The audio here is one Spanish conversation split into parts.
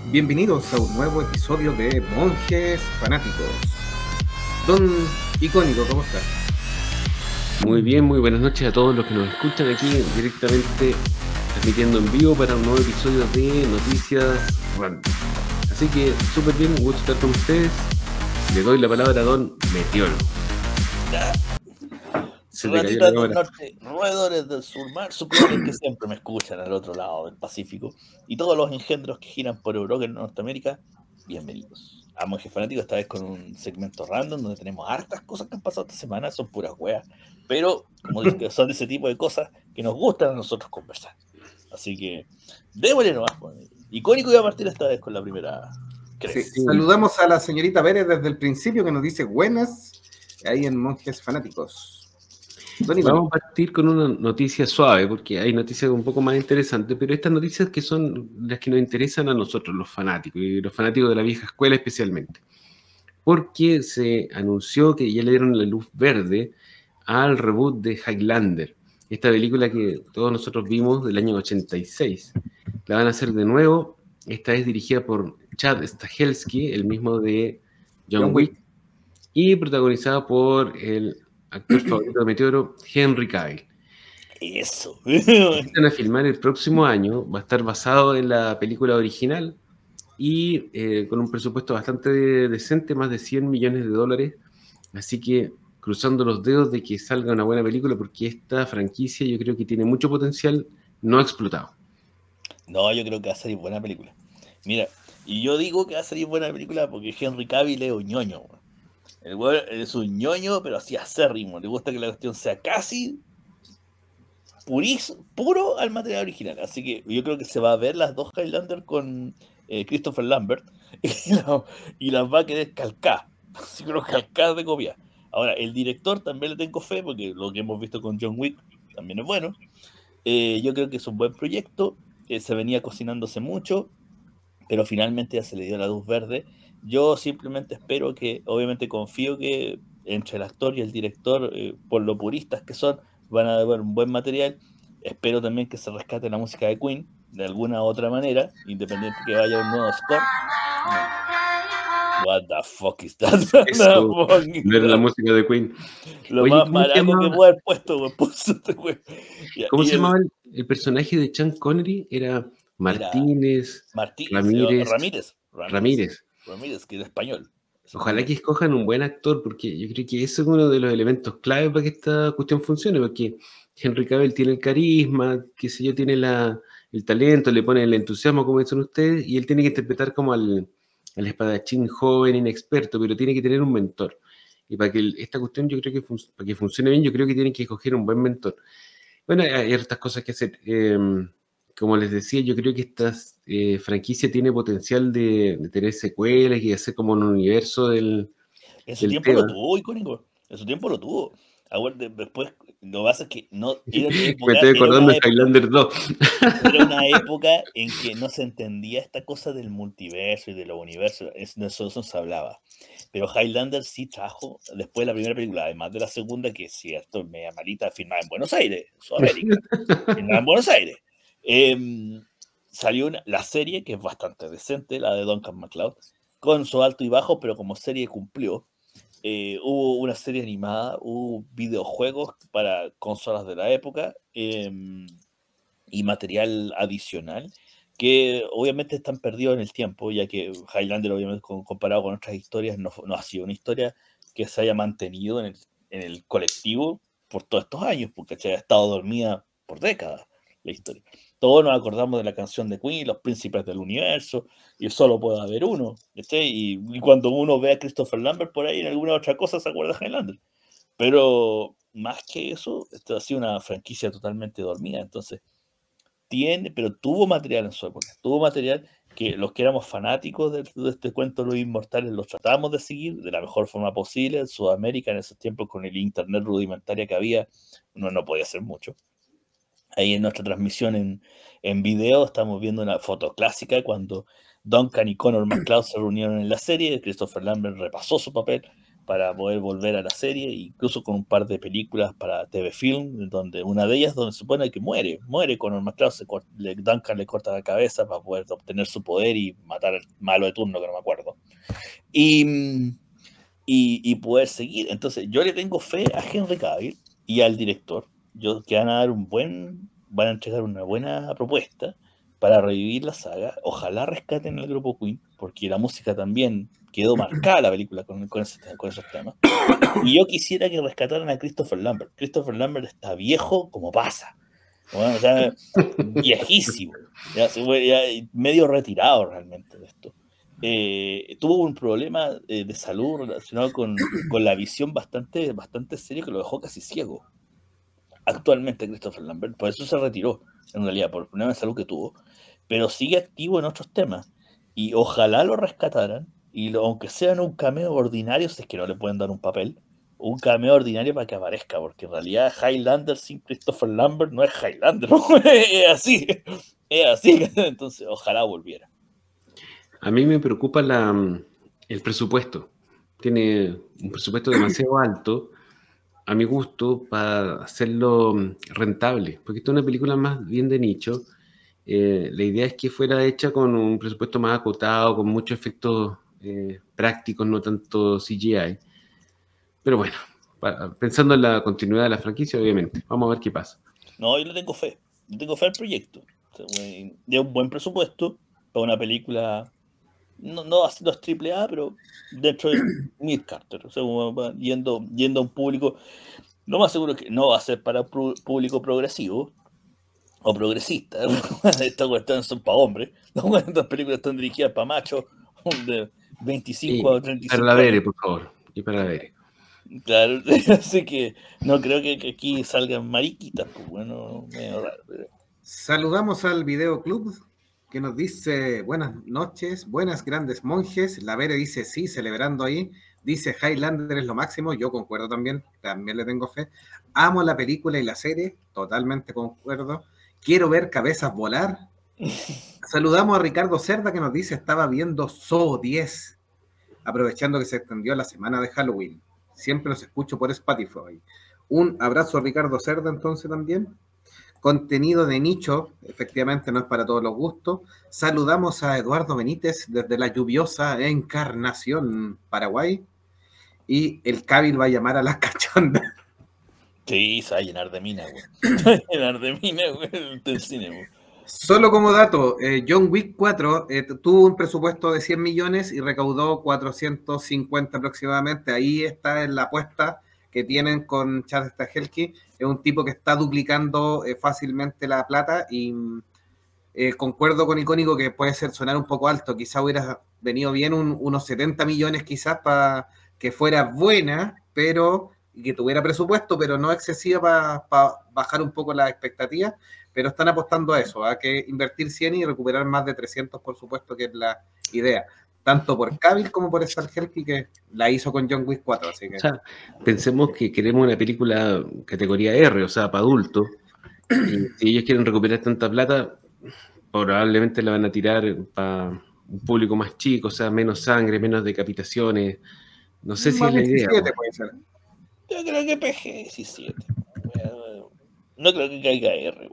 Bienvenidos a un nuevo episodio de Monjes Fanáticos. Don Icónico, ¿cómo está? Muy bien, muy buenas noches a todos los que nos escuchan aquí directamente transmitiendo en vivo para un nuevo episodio de Noticias Random. Así que súper bien, un gusto estar con ustedes. Le doy la palabra a Don Meteoro. Se te cayó la Ratitas del cámara. norte, roedores del sur, marsupiales que siempre me escuchan al otro lado del Pacífico y todos los engendros que giran por Europa y Norteamérica, bienvenidos. A Monje Fanático, esta vez con un segmento random donde tenemos hartas cosas que han pasado esta semana, son puras weas, pero como digo, que son de ese tipo de cosas que nos gustan a nosotros conversar. Así que démosle nomás. Icónico iba a partir esta vez con la primera. Sí, saludamos a la señorita Pérez desde el principio que nos dice buenas ahí en Monjes Fanáticos. Vamos a partir con una noticia suave, porque hay noticias un poco más interesantes, pero estas noticias que son las que nos interesan a nosotros, los fanáticos, y los fanáticos de la vieja escuela especialmente. Porque se anunció que ya le dieron la luz verde al reboot de Highlander, esta película que todos nosotros vimos del año 86. La van a hacer de nuevo, esta vez dirigida por Chad Stahelski, el mismo de John Wick, y protagonizada por el actor favorito de Meteoro, Henry Cavill. Eso. Van a filmar el próximo año, va a estar basado en la película original y con un presupuesto bastante decente, más de $100 millones. Así que cruzando los dedos de que salga una buena película, porque esta franquicia yo creo que tiene mucho potencial no explotado. No, yo creo que va a salir buena película. Mira, y yo digo que va a salir buena película porque Henry Cavill es un ñoño. El güey es un ñoño, pero así acérrimo. Le gusta que la cuestión sea casi puro al material original. Así que yo creo que se va a ver las dos Highlander con Christopher Lambert y las va a querer calcar. Así que los calcar de copia. Ahora, el director también le tengo fe porque lo que hemos visto con John Wick también es bueno. Yo creo que es un buen proyecto. Se venía cocinándose mucho, pero finalmente ya se le dio la luz verde. Yo simplemente espero que, obviamente confío que entre el actor y el director, por lo puristas que son, van a dar un buen material. Espero también que se rescate la música de Queen de alguna u otra manera, independiente que vaya un nuevo score. What the fuck is that? No era la música de Queen. Lo Oye, más maraco que puedo haber puesto, ¿Cómo se llamaba el personaje de Sean Connery? Era Martínez, Ramírez, que era español. Ojalá que escojan un buen actor, porque yo creo que eso es uno de los elementos clave para que esta cuestión funcione, porque Henry Cavill tiene el carisma, qué sé yo, tiene el talento, le pone el entusiasmo, como dicen ustedes, y él tiene que interpretar como al espadachín joven, inexperto, pero tiene que tener un mentor. Y para que esta cuestión, yo creo que para que funcione bien, yo creo que tienen que escoger un buen mentor. Bueno, hay otras cosas que hacer. Como les decía, yo creo que esta franquicia tiene potencial de tener secuelas y de hacer como un universo del En su tiempo tema. Lo tuvo, Icónico. En su tiempo lo tuvo. Ahora, después, lo que pasa es que no... Me estoy acordando de Highlander 2. Era una época en que no se entendía esta cosa del multiverso y de los universos. De eso se hablaba. Pero Highlander sí trajo, después de la primera película, además de la segunda, que es cierto, media malita, filmada en Buenos Aires, Sudamérica. Filmada en Buenos Aires. Salió la serie, que es bastante decente, la de Duncan MacLeod, con su alto y bajo, pero como serie cumplió. Hubo una serie animada, hubo videojuegos para consolas de la época y material adicional que obviamente están perdidos en el tiempo, ya que Highlander, obviamente, comparado con otras historias, no ha sido una historia que se haya mantenido en el colectivo por todos estos años, porque ha estado dormida por décadas la historia. Todos nos acordamos de la canción de Queen, Los Príncipes del Universo, y solo puede haber uno. Y cuando uno ve a Christopher Lambert por ahí en alguna otra cosa, se acuerda de Highlander. Pero más que eso, esto ha sido una franquicia totalmente dormida. Entonces, pero tuvo material en su época. Tuvo material que los que éramos fanáticos de este cuento de los inmortales los tratábamos de seguir de la mejor forma posible. En Sudamérica, en esos tiempos, con el internet rudimentario que había, uno no podía hacer mucho. Ahí en nuestra transmisión en video estamos viendo una foto clásica cuando Duncan y Connor MacLeod se reunieron en la serie. Christopher Lambert repasó su papel para poder volver a la serie, incluso con un par de películas para TV Film, donde una de ellas donde se supone que muere Connor McCloud, Duncan le corta la cabeza para poder obtener su poder y matar al malo de turno, que no me acuerdo. Y poder seguir. Entonces, yo le tengo fe a Henry Cavill y al director, que van a entregar una buena propuesta para revivir la saga. Ojalá rescaten el grupo Queen, porque la música también quedó marcada la película con esos temas. Y yo quisiera que rescataran a Christopher Lambert. Christopher Lambert está viejo como pasa. Bueno, o sea, viejísimo. Ya medio retirado realmente de esto. Tuvo un problema de salud relacionado con la visión bastante serio que lo dejó casi ciego. Actualmente Christopher Lambert, por eso se retiró, en realidad, por el problema de salud que tuvo, pero sigue activo en otros temas. Y ojalá lo rescataran, y aunque sean un cameo ordinario, si es que no le pueden dar un papel, un cameo ordinario para que aparezca, porque en realidad Highlander sin Christopher Lambert no es Highlander, es así, entonces ojalá volviera. A mí me preocupa el presupuesto. Tiene un presupuesto demasiado alto, a mi gusto, para hacerlo rentable, porque esta es una película más bien de nicho. La idea es que fuera hecha con un presupuesto más acotado, con muchos efectos prácticos, no tanto CGI. Pero bueno, pensando en la continuidad de la franquicia, obviamente. Vamos a ver qué pasa. No, yo le tengo fe. Yo tengo fe al proyecto. O sea, de un buen presupuesto para una película. No es AAA, pero dentro de Nick Carter. O sea, yendo a un público. Lo más seguro es que no va a ser para público progresivo o progresista. Estas cuestiones son para hombres. Estas películas están dirigidas para machos de 25 a 35 para la Vere, por favor. Y para la Vere. Claro, así que no creo que aquí salgan mariquitas, pues bueno, medio raro. Pero... Saludamos al Video Club que nos dice buenas noches, buenas grandes monjes. La Vere dice sí, celebrando ahí. Dice Highlander es lo máximo, yo concuerdo también le tengo fe. Amo la película y la serie, totalmente concuerdo. Quiero ver cabezas volar. Saludamos a Ricardo Cerda que nos dice estaba viendo Saw 10, aprovechando que se extendió la semana de Halloween. Siempre los escucho por Spotify. Un abrazo a Ricardo Cerda entonces también. Contenido de nicho, efectivamente no es para todos los gustos. Saludamos a Eduardo Benítez desde la lluviosa Encarnación, Paraguay. Y el Cabil va a llamar a las cachondas. Sí, se va a llenar de mina, güey. Se va a llenar de mina, güey, el cine, güey. Solo como dato, John Wick 4 tuvo un presupuesto de 100 millones y recaudó 450 aproximadamente. Ahí está en la apuesta que tienen con Chad Stahelski. Es un tipo que está duplicando fácilmente la plata y concuerdo con Icónico que puede sonar un poco alto. Quizá hubiera venido bien unos 70 millones quizás para que fuera buena, pero y que tuviera presupuesto, pero no excesiva para bajar un poco las expectativas. Pero están apostando a eso, a que invertir 100 y recuperar más de 300, por supuesto, que es la idea. Tanto por Cavill como por Stahelski, que la hizo con John Wick 4. Así que... O sea, pensemos que queremos una película categoría R, o sea, para adultos. Y si ellos quieren recuperar tanta plata, probablemente la van a tirar para un público más chico, o sea, menos sangre, menos decapitaciones. No sé si es la idea. 17 puede ser. Yo creo que PG-17. No creo que caiga R.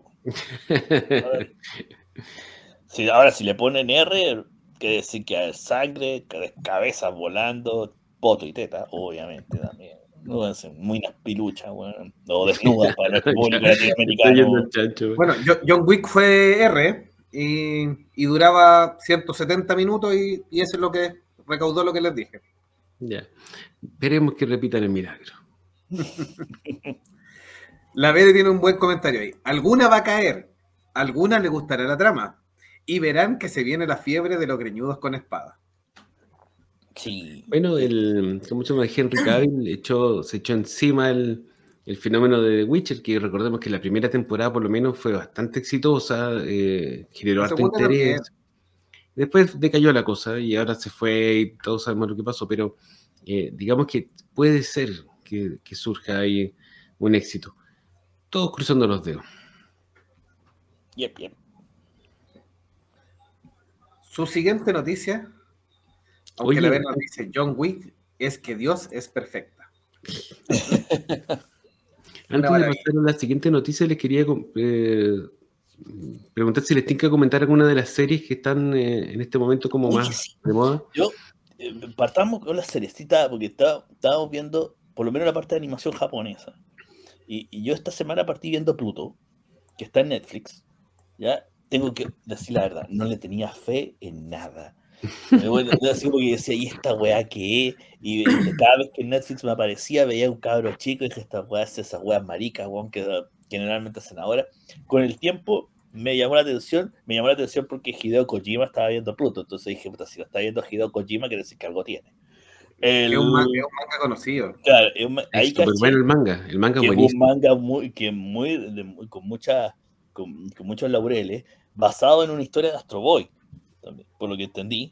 Ahora, si le ponen R, quiere decir que hay sangre, cabezas volando, poto y teta, obviamente también. No va a ser muy pilucha, bueno, o desnuda para nuestro público latinoamericano. Bueno, John Wick fue R y duraba 170 minutos y eso es lo que recaudó lo que les dije. Ya. Esperemos que repitan el milagro. La Vede tiene un buen comentario ahí. Alguna va a caer, alguna le gustará la trama y verán que se viene la fiebre de los greñudos con espada. Sí. Bueno, como se llama, Henry Cavill se echó encima el fenómeno de The Witcher, que recordemos que la primera temporada por lo menos fue bastante exitosa, generó harto interés. Después decayó la cosa y ahora se fue y todos sabemos lo que pasó, pero digamos que puede ser que surja ahí un éxito. Todos cruzando los dedos. Yep. Su siguiente noticia, aunque la vez nos dice John Wick, es que Dios es perfecta. Antes de pasar a la siguiente noticia, les quería preguntar si les tienen que comentar alguna de las series que están en este momento como más de moda. Yo, partamos con las series, porque estábamos viendo por lo menos la parte de animación japonesa. Y yo esta semana partí viendo Pluto, que está en Netflix. Ya tengo que decir la verdad, no le tenía fe en nada. Así porque decía, ¿y esta weá qué es? Y cada vez que en Netflix me aparecía, veía un cabro chico y dije, esta weá es esas weas maricas, weón, que generalmente hacen ahora. Con el tiempo me llamó la atención porque Hideo Kojima estaba viendo Pluto. Entonces dije, puta, si lo está viendo Hideo Kojima, quiere decir que algo tiene. Es un manga conocido. Claro, ahí caché, bueno el manga es buenísimo. Es un manga con muchos laureles, basado en una historia de Astro Boy, también, por lo que entendí.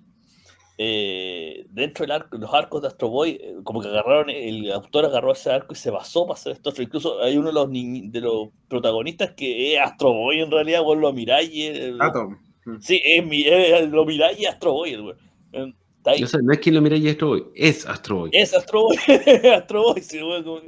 Dentro de los arcos de Astro Boy, como que el autor agarró ese arco y se basó para hacer esto. Incluso hay uno de los protagonistas que es Astro Boy en realidad, vos lo miráis y sí, lo miráis y Astro Boy, güey. O sea, no es quien lo mira y Astro Boy, es Astro Boy. Es Astro Boy, Astro Boy, sí, güey.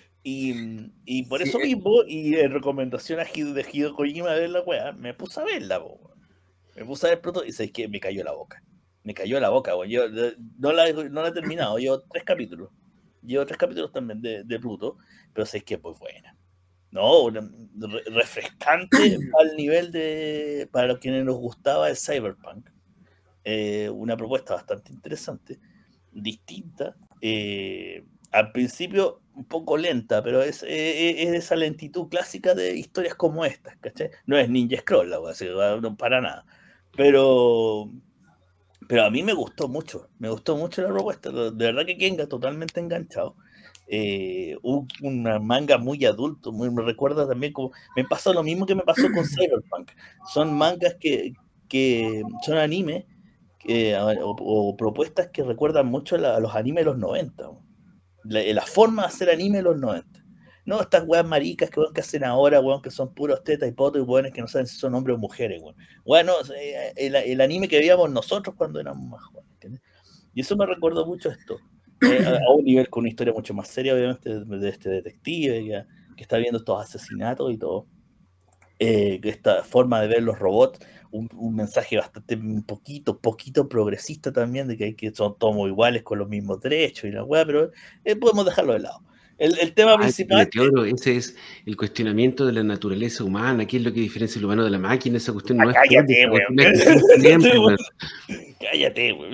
Y por eso mismo, y en recomendación de Hideo Kojima de ver la weá, me puse a verla, me puse a ver Pluto y sabes que me cayó la boca. Güey. Yo no la he terminado, llevo 3 capítulos. Llevo 3 capítulos también de Pluto, pero sé que es muy buena. No, refrescante al nivel para los quienes nos gustaba el Cyberpunk. Una propuesta bastante interesante, distinta. Al principio un poco lenta, pero es esa lentitud clásica de historias como estas, ¿cachai? No es Ninja Scroll, no para nada. Pero a mí me gustó mucho la propuesta. De verdad que Kenga totalmente enganchado. Un manga muy adulto, me recuerda también como... Me pasó lo mismo que me pasó con Cyberpunk. Son mangas que son anime o propuestas que recuerdan mucho a los animes de los 90. La forma de hacer anime de los 90. No estas weas maricas que hacen ahora, weón, que son puros tetas y potos y weones que no saben si son hombres o mujeres, weón. Bueno, el anime que veíamos nosotros cuando éramos más jóvenes, ¿entiendes? Y eso me recordó mucho esto. A un nivel con una historia mucho más seria, obviamente, de este detective que está viendo estos asesinatos y todo. Esta forma de ver los robots, un mensaje bastante poquito progresista también, de que son todos iguales con los mismos derechos y la weá, pero podemos dejarlo de lado. El tema principal... ese es el cuestionamiento de la naturaleza humana. ¿Qué es lo que diferencia el humano de la máquina? Esa cuestión no es... Cállate, weón. Cállate, weón.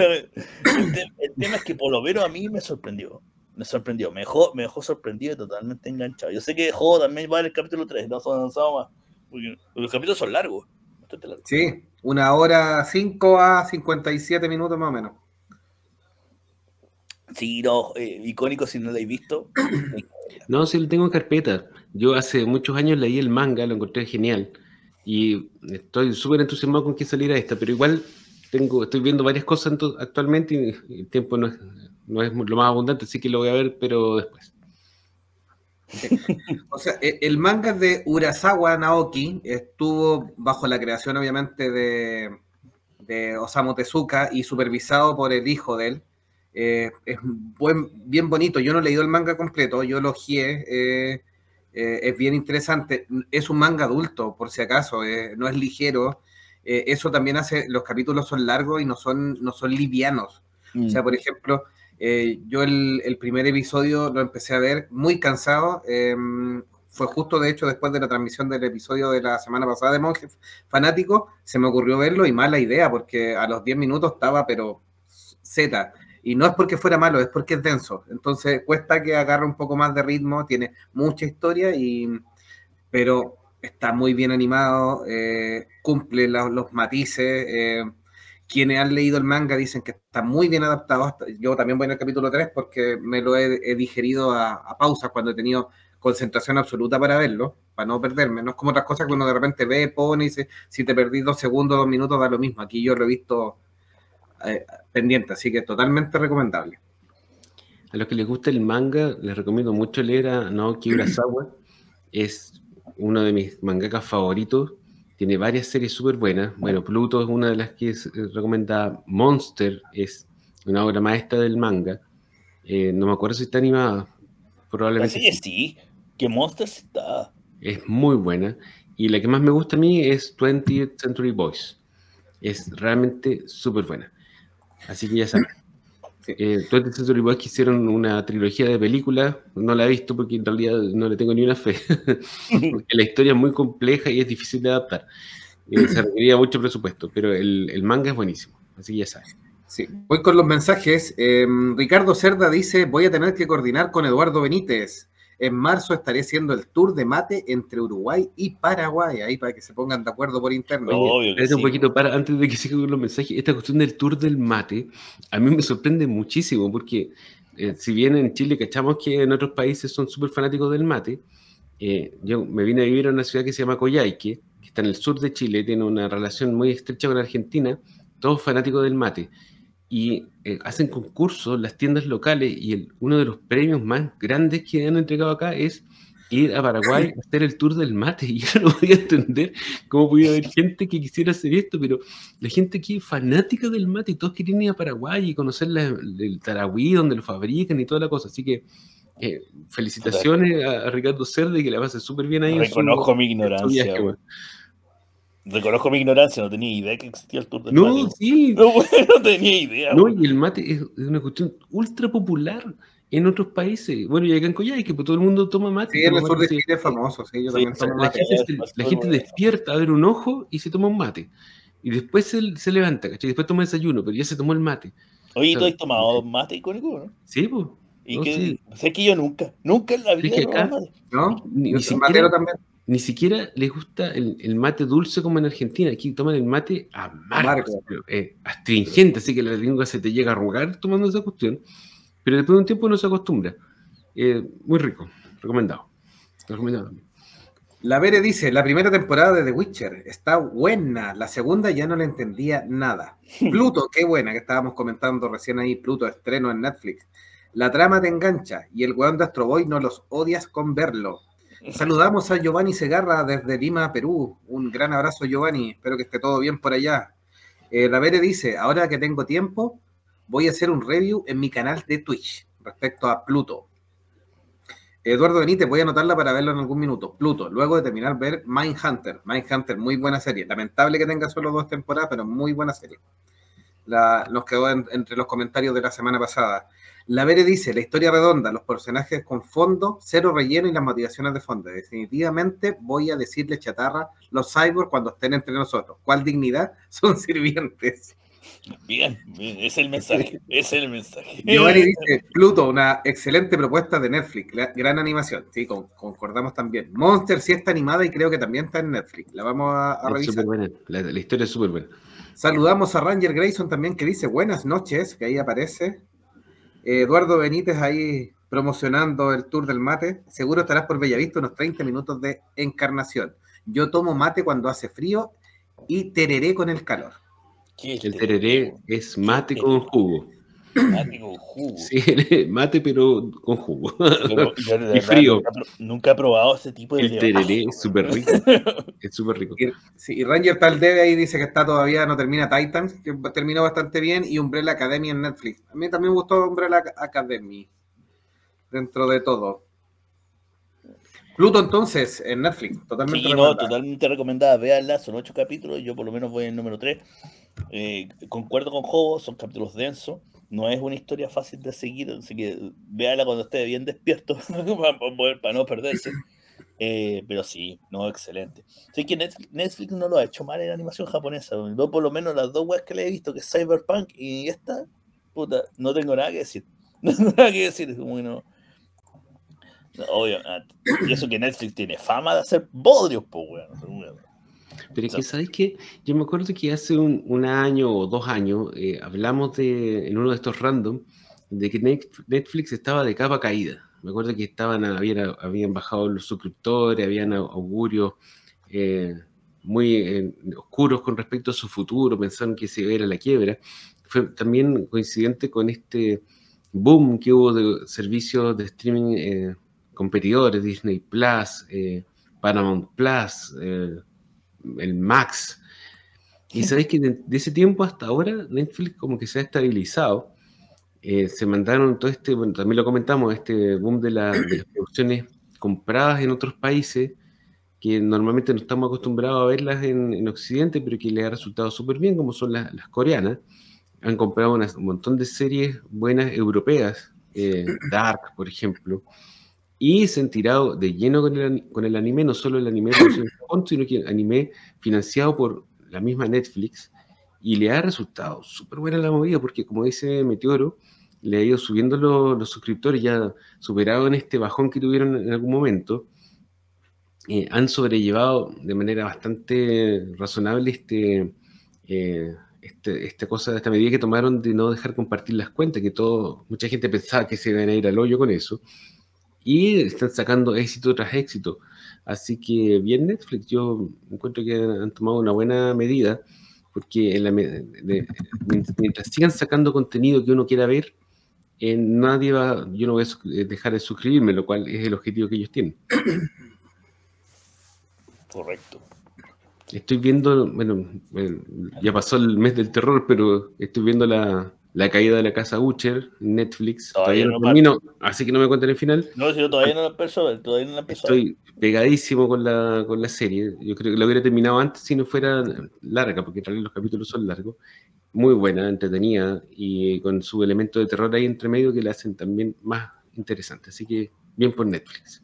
El tema es que por lo menos a mí me sorprendió. Me dejó sorprendido y totalmente enganchado. Yo sé que dejó también va en el capítulo 3, no son avanzados más. Porque los capítulos son largos, bastante largos. Sí, 1:05 a 57 minutos más o menos. Sí, no, icónico si no lo habéis visto. No, sí lo tengo en carpeta. Yo hace muchos años leí el manga, lo encontré genial. Y estoy súper entusiasmado con que saliera esta, pero igual estoy viendo varias cosas actualmente y el tiempo no es lo más abundante, así que lo voy a ver, pero después. O sea, el manga de Urasawa Naoki estuvo bajo la creación, obviamente, de Osamu Tezuka y supervisado por el hijo de él. Es bien bonito. Yo no he leído el manga completo, yo lo ojeé. Es bien interesante. Es un manga adulto, por si acaso, no es ligero. Eso también hace, los capítulos son largos y no son livianos. O sea, por ejemplo, yo el primer episodio lo empecé a ver muy cansado. Fue justo, de hecho, después de la transmisión del episodio de la semana pasada de Monje Fanático, se me ocurrió verlo y mala idea, porque a los 10 minutos estaba, pero Z. Y no es porque fuera malo, es porque es denso. Entonces cuesta que agarre un poco más de ritmo, tiene mucha historia, pero está muy bien animado, cumple los matices. Quienes han leído el manga dicen que está muy bien adaptado. Yo también voy en el capítulo 3 porque me lo he digerido a pausas cuando he tenido concentración absoluta para verlo, para no perderme. No es como otras cosas que uno de repente ve, pone y dice, si te perdís 2 segundos, 2 minutos, da lo mismo. Aquí yo lo he visto pendiente, así que totalmente recomendable. A los que les gusta el manga, les recomiendo mucho leer a Naoki Urasawa. Es uno de mis mangakas favoritos. Tiene varias series súper buenas. Bueno, Pluto es una de las que es recomendada. Monster es una obra maestra del manga. No me acuerdo si está animada. Probablemente Parece que sí. Que Monsters está. Es muy buena. Y la que más me gusta a mí es 20th Century Boys. Es realmente súper buena. Así que ya saben. Sí. 20th Century Boys que hicieron una trilogía de películas. No la he visto porque en realidad no le tengo ni una fe. Porque la historia es muy compleja y es difícil de adaptar. Se requería mucho presupuesto, pero el manga es buenísimo. Así que ya saben. Sí, voy con los mensajes. Ricardo Cerda dice, voy a tener que coordinar con Eduardo Benítez. En marzo estaré haciendo el tour de mate entre Uruguay y Paraguay, ahí para que se pongan de acuerdo por internet. Oye, Obvio que espérate un sí. poquito para, antes de que siga con los mensajes, esta cuestión del tour del mate, a mí me sorprende muchísimo, porque si bien en Chile cachamos que en otros países son súper fanáticos del mate, yo me vine a vivir en una ciudad que se llama Coyhaique, que está en el sur de Chile, tiene una relación muy estrecha con Argentina, todos fanáticos del mate, y hacen concursos las tiendas locales, y uno de los premios más grandes que han entregado acá es ir a Paraguay a hacer el tour del mate, y yo no podía entender cómo podía haber gente que quisiera hacer esto, pero la gente aquí es fanática del mate, y todos quieren ir a Paraguay y conocer el Tarahui, donde lo fabrican y toda la cosa, así que felicitaciones a Ricardo Cerda y que la pase súper bien ahí Reconozco mi en su ignorancia. viaje, bueno. Reconozco mi ignorancia, no tenía idea que existía el tour del No, mate. sí. No tenía idea. No, Güey. y el mate es una cuestión ultra popular en otros países. Bueno, y acá en Coyhaique, pues todo el mundo toma mate. Sí, en el Toma sur de mate, Chile es famoso, sí, yo Sí, también o sea, tomo la mate. gente despierta a ver un ojo y se toma un mate. Y después se levanta, ¿cachai? Después toma desayuno, pero ya se tomó el mate. Oye, O ¿tú sea, has tomado mate icónico, no? sí, pues. Y No, sí. que, sé que yo nunca en la Es vida que he probado acá mate. ¿No? ni Yo soy siquiera matero también. Ni siquiera les gusta el mate dulce como en Argentina. Aquí toman el mate amargo, Amargo. así, pero, astringente, así que la lengua se te llega a arrugar tomando esa cuestión. Pero después de un tiempo uno se acostumbra. Muy rico, recomendado. Recomendado. La Vere dice, la primera temporada de The Witcher está buena, la segunda ya no le entendía nada. Pluto, qué buena, que estábamos comentando recién ahí, Pluto, estreno en Netflix. La trama te engancha y el weón de Astro Boy no los odias con verlo. Saludamos a Giovanni Segarra desde Lima, Perú. Un gran abrazo, Giovanni, espero que esté todo bien por allá. La Vere dice, ahora que tengo tiempo, voy a hacer un review en mi canal de Twitch respecto a Pluto. Eduardo Benítez, voy a anotarla para verlo en algún minuto. Pluto, luego de terminar ver Mindhunter. Mindhunter, muy buena serie. Lamentable que tenga solo 2 temporadas, pero muy buena serie. Nos quedó entre los comentarios de la semana pasada. La Vere dice, la historia redonda, los personajes con fondo, cero relleno y las motivaciones de fondo. Definitivamente voy a decirle chatarra los cyborgs cuando estén entre nosotros. ¿Cuál dignidad? Son sirvientes. Bien, bien, es el mensaje, es el mensaje. Giovanni dice, Pluto, una excelente propuesta de Netflix, gran animación, sí, concordamos también. Monster sí está animada y creo que también está en Netflix, la vamos a Es revisar. súper buena, la historia es súper buena. Saludamos a Ranger Grayson también que dice, buenas noches, que ahí aparece. Eduardo Benítez ahí promocionando el tour del mate, seguro estarás por Bellavista unos 30 minutos de Encarnación. Yo tomo mate cuando hace frío y tereré con el calor. El tereré es mate con jugo. Mate con jugo. Sí, mate pero con jugo. Yo de y verdad frío. nunca he probado ese tipo de El tereré es súper rico. Es súper rico. Y Ranger Taldeve ahí dice que está todavía, no termina Titans, que terminó bastante bien, y Umbrella Academy en Netflix. A mí también me gustó Umbrella Academy, dentro de todo. Pluto entonces, en Netflix, totalmente sí, recomendada. no, totalmente recomendada, véanla, son 8 capítulos, yo por lo menos voy en el número 3. Concuerdo con Jobo, son capítulos densos, no es una historia fácil de seguir, así que véala cuando esté bien despierto para no perderse. Pero sí, no, excelente. Sé que Netflix no lo ha hecho mal en animación japonesa. Yo por lo menos las 2 webs que le he visto, que es Cyberpunk y esta, puta, no tengo nada que decir. No tengo nada que decir, como que no. Obvio, y eso que Netflix tiene fama de hacer bodrios, pues, weón. Pero es que, ¿sabes qué? Yo me acuerdo que hace un año o 2 años hablamos en uno de estos random de que Netflix estaba de capa caída. Me acuerdo que habían bajado los suscriptores, habían augurios muy oscuros con respecto a su futuro, pensaron que se iba a ir a la quiebra. Fue también coincidente con este boom que hubo de servicios de streaming competidores, Disney Plus, Paramount Plus, el Max. Y sabéis que de ese tiempo hasta ahora Netflix como que se ha estabilizado se mandaron todo bueno, también lo comentamos, este boom de las producciones compradas en otros países, que normalmente no estamos acostumbrados a verlas en Occidente, pero que les ha resultado súper bien, como son las coreanas. Han comprado un montón de series buenas europeas, Dark, por ejemplo, y se han tirado de lleno con el anime, no solo el anime producido en Japón, sino que el anime financiado por la misma Netflix, y le ha resultado súper buena la movida, porque como dice Meteoro, le ha ido subiendo los suscriptores, ya superados en este bajón que tuvieron en algún momento, han sobrellevado de manera bastante razonable esta medida que tomaron de no dejar compartir las cuentas, que mucha gente pensaba que se iban a ir al hoyo con eso, y están sacando éxito tras éxito. Así que bien Netflix, yo encuentro que han tomado una buena medida, porque mientras sigan sacando contenido que uno quiera ver, yo no voy a dejar de suscribirme, lo cual es el objetivo que ellos tienen. Correcto. Estoy viendo, bueno, ya pasó el mes del terror, pero estoy viendo la caída de la casa Butcher en Netflix. Todavía no termino, así que no me cuenten el final. No, yo todavía no la empezó, Estoy pegadísimo con la serie. Yo creo que lo hubiera terminado antes si no fuera larga, porque en realidad los capítulos son largos. Muy buena, entretenida, y con su elemento de terror ahí entre medio que la hacen también más interesante. Así que bien por Netflix.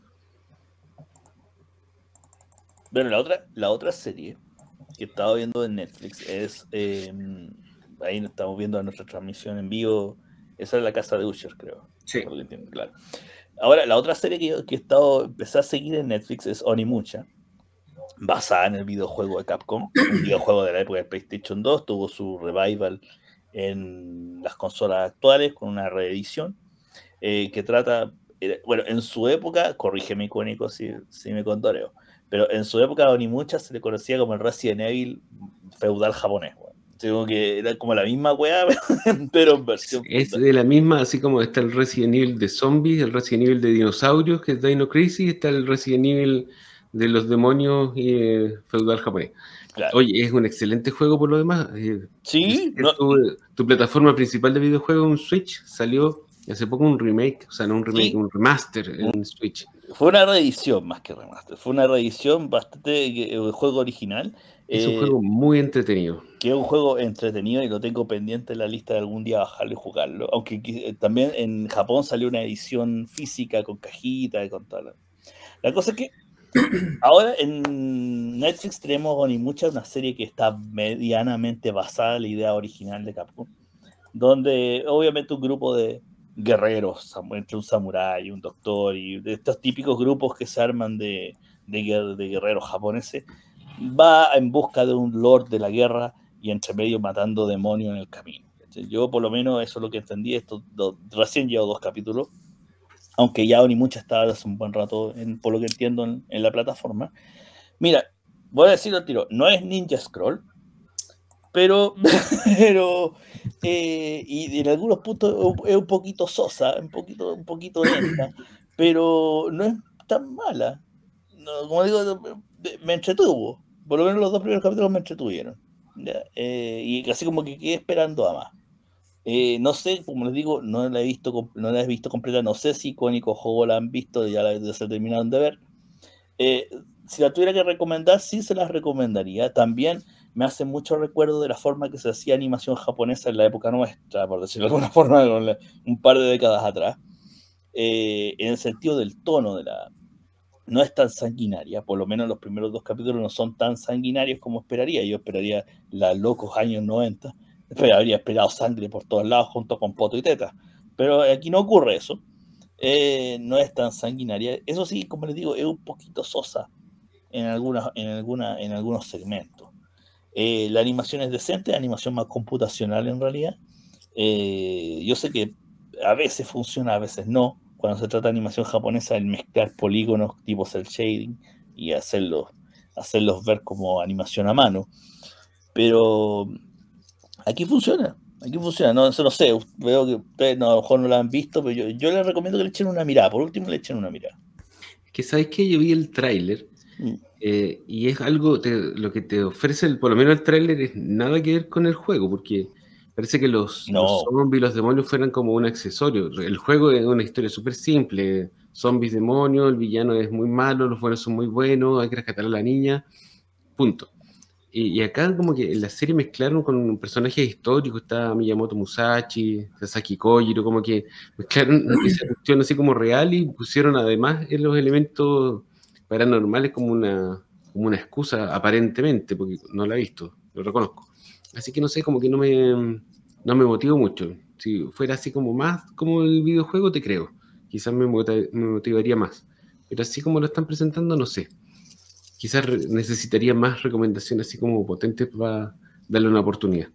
Bueno, la otra serie que he estado viendo en Netflix es, ahí estamos viendo nuestra transmisión en vivo, esa es La Casa de Usher, creo. Sí. Claro. Ahora, la otra serie que empecé a seguir en Netflix es Onimucha, basada en el videojuego de Capcom, un videojuego de la época de PlayStation 2, tuvo su revival en las consolas actuales con una reedición que trata, bueno, en su época, corrígeme icónico si me contoreo, pero en su época a Onimucha se le conocía como el Resident Evil feudal japonés. Digo que era como la misma weá, pero en versión es de la misma, así como está el Resident Evil de zombies, el Resident Evil de dinosaurios, que es Dino Crisis, está el Resident Evil de los demonios y feudal japonés. Claro. Oye, es un excelente juego por lo demás. Sí. Tu plataforma principal de videojuegos, un Switch, salió hace poco un remake, o sea, no un remake, sí, un remaster en Switch. Fue una reedición más que remaster, fue una reedición bastante, el juego original. Es un juego muy entretenido. Que es un juego entretenido y lo tengo pendiente en la lista de algún día bajarlo y jugarlo. Aunque también en Japón salió una edición física con cajita y con tal. La cosa es que ahora en Netflix tenemos Onimucha, una serie que está medianamente basada en la idea original de Capcom, donde obviamente un grupo de guerreros, entre un samurái y un doctor, y de estos típicos grupos que se arman de guerreros japoneses, va en busca de un lord de la guerra y entre medio matando demonios en el camino. Yo por lo menos eso es lo que entendí. Recién llevo 2 capítulos, aunque ya Onimucha estaba hace un buen rato, por lo que entiendo, en la plataforma. Mira, voy a decirlo al tiro, no es Ninja Scroll, pero y en algunos puntos es un poquito sosa, un poquito lenta, pero no es tan mala. No, como digo, me entretuvo. Por lo menos los 2 primeros capítulos me entretuvieron. Y casi como que quedé esperando a más. No sé, como les digo, no la he visto completa. No sé si Icónico Juego la han visto, ya se terminaron de ver. Si la tuviera que recomendar, sí se las recomendaría. También me hace mucho recuerdo de la forma que se hacía animación japonesa en la época nuestra, por decirlo de alguna forma, un par de décadas atrás. En el sentido del tono no es tan sanguinaria, por lo menos los primeros 2 capítulos no son tan sanguinarios como esperaría. Yo esperaría los locos años 90, habría esperado sangre por todos lados junto con poto y teta, pero aquí no ocurre eso. No es tan sanguinaria. Eso sí, como les digo, es un poquito sosa en algunos segmentos. La animación es decente, animación más computacional en realidad. Yo sé que a veces funciona, a veces no. Cuando se trata de animación japonesa, el mezclar polígonos tipo cel shading y hacerlos ver como animación a mano. Pero aquí funciona. No sé, veo que ustedes a lo mejor no la han visto, pero yo les recomiendo que le echen una mirada. Por último, le echen una mirada. Que sabes que yo vi el tráiler y es algo, lo que te ofrece, por lo menos el tráiler, es nada que ver con el juego, porque Parece que los zombies y los demonios fueran como un accesorio. El juego es una historia súper simple. Zombies, demonios, el villano es muy malo, los buenos son muy buenos, hay que rescatar a la niña, punto. Y acá como que en la serie mezclaron con personajes históricos, está Miyamoto Musashi, Sasaki Kojiro, como que mezclaron esa cuestión así como real y pusieron además en los elementos paranormales como una excusa aparentemente, porque no la he visto, lo reconozco. Así que no sé, como que no me motivo mucho. Si fuera así como más como el videojuego, te creo. Quizás me motivaría más. Pero así como lo están presentando, no sé. Quizás necesitaría más recomendaciones así como potentes para darle una oportunidad.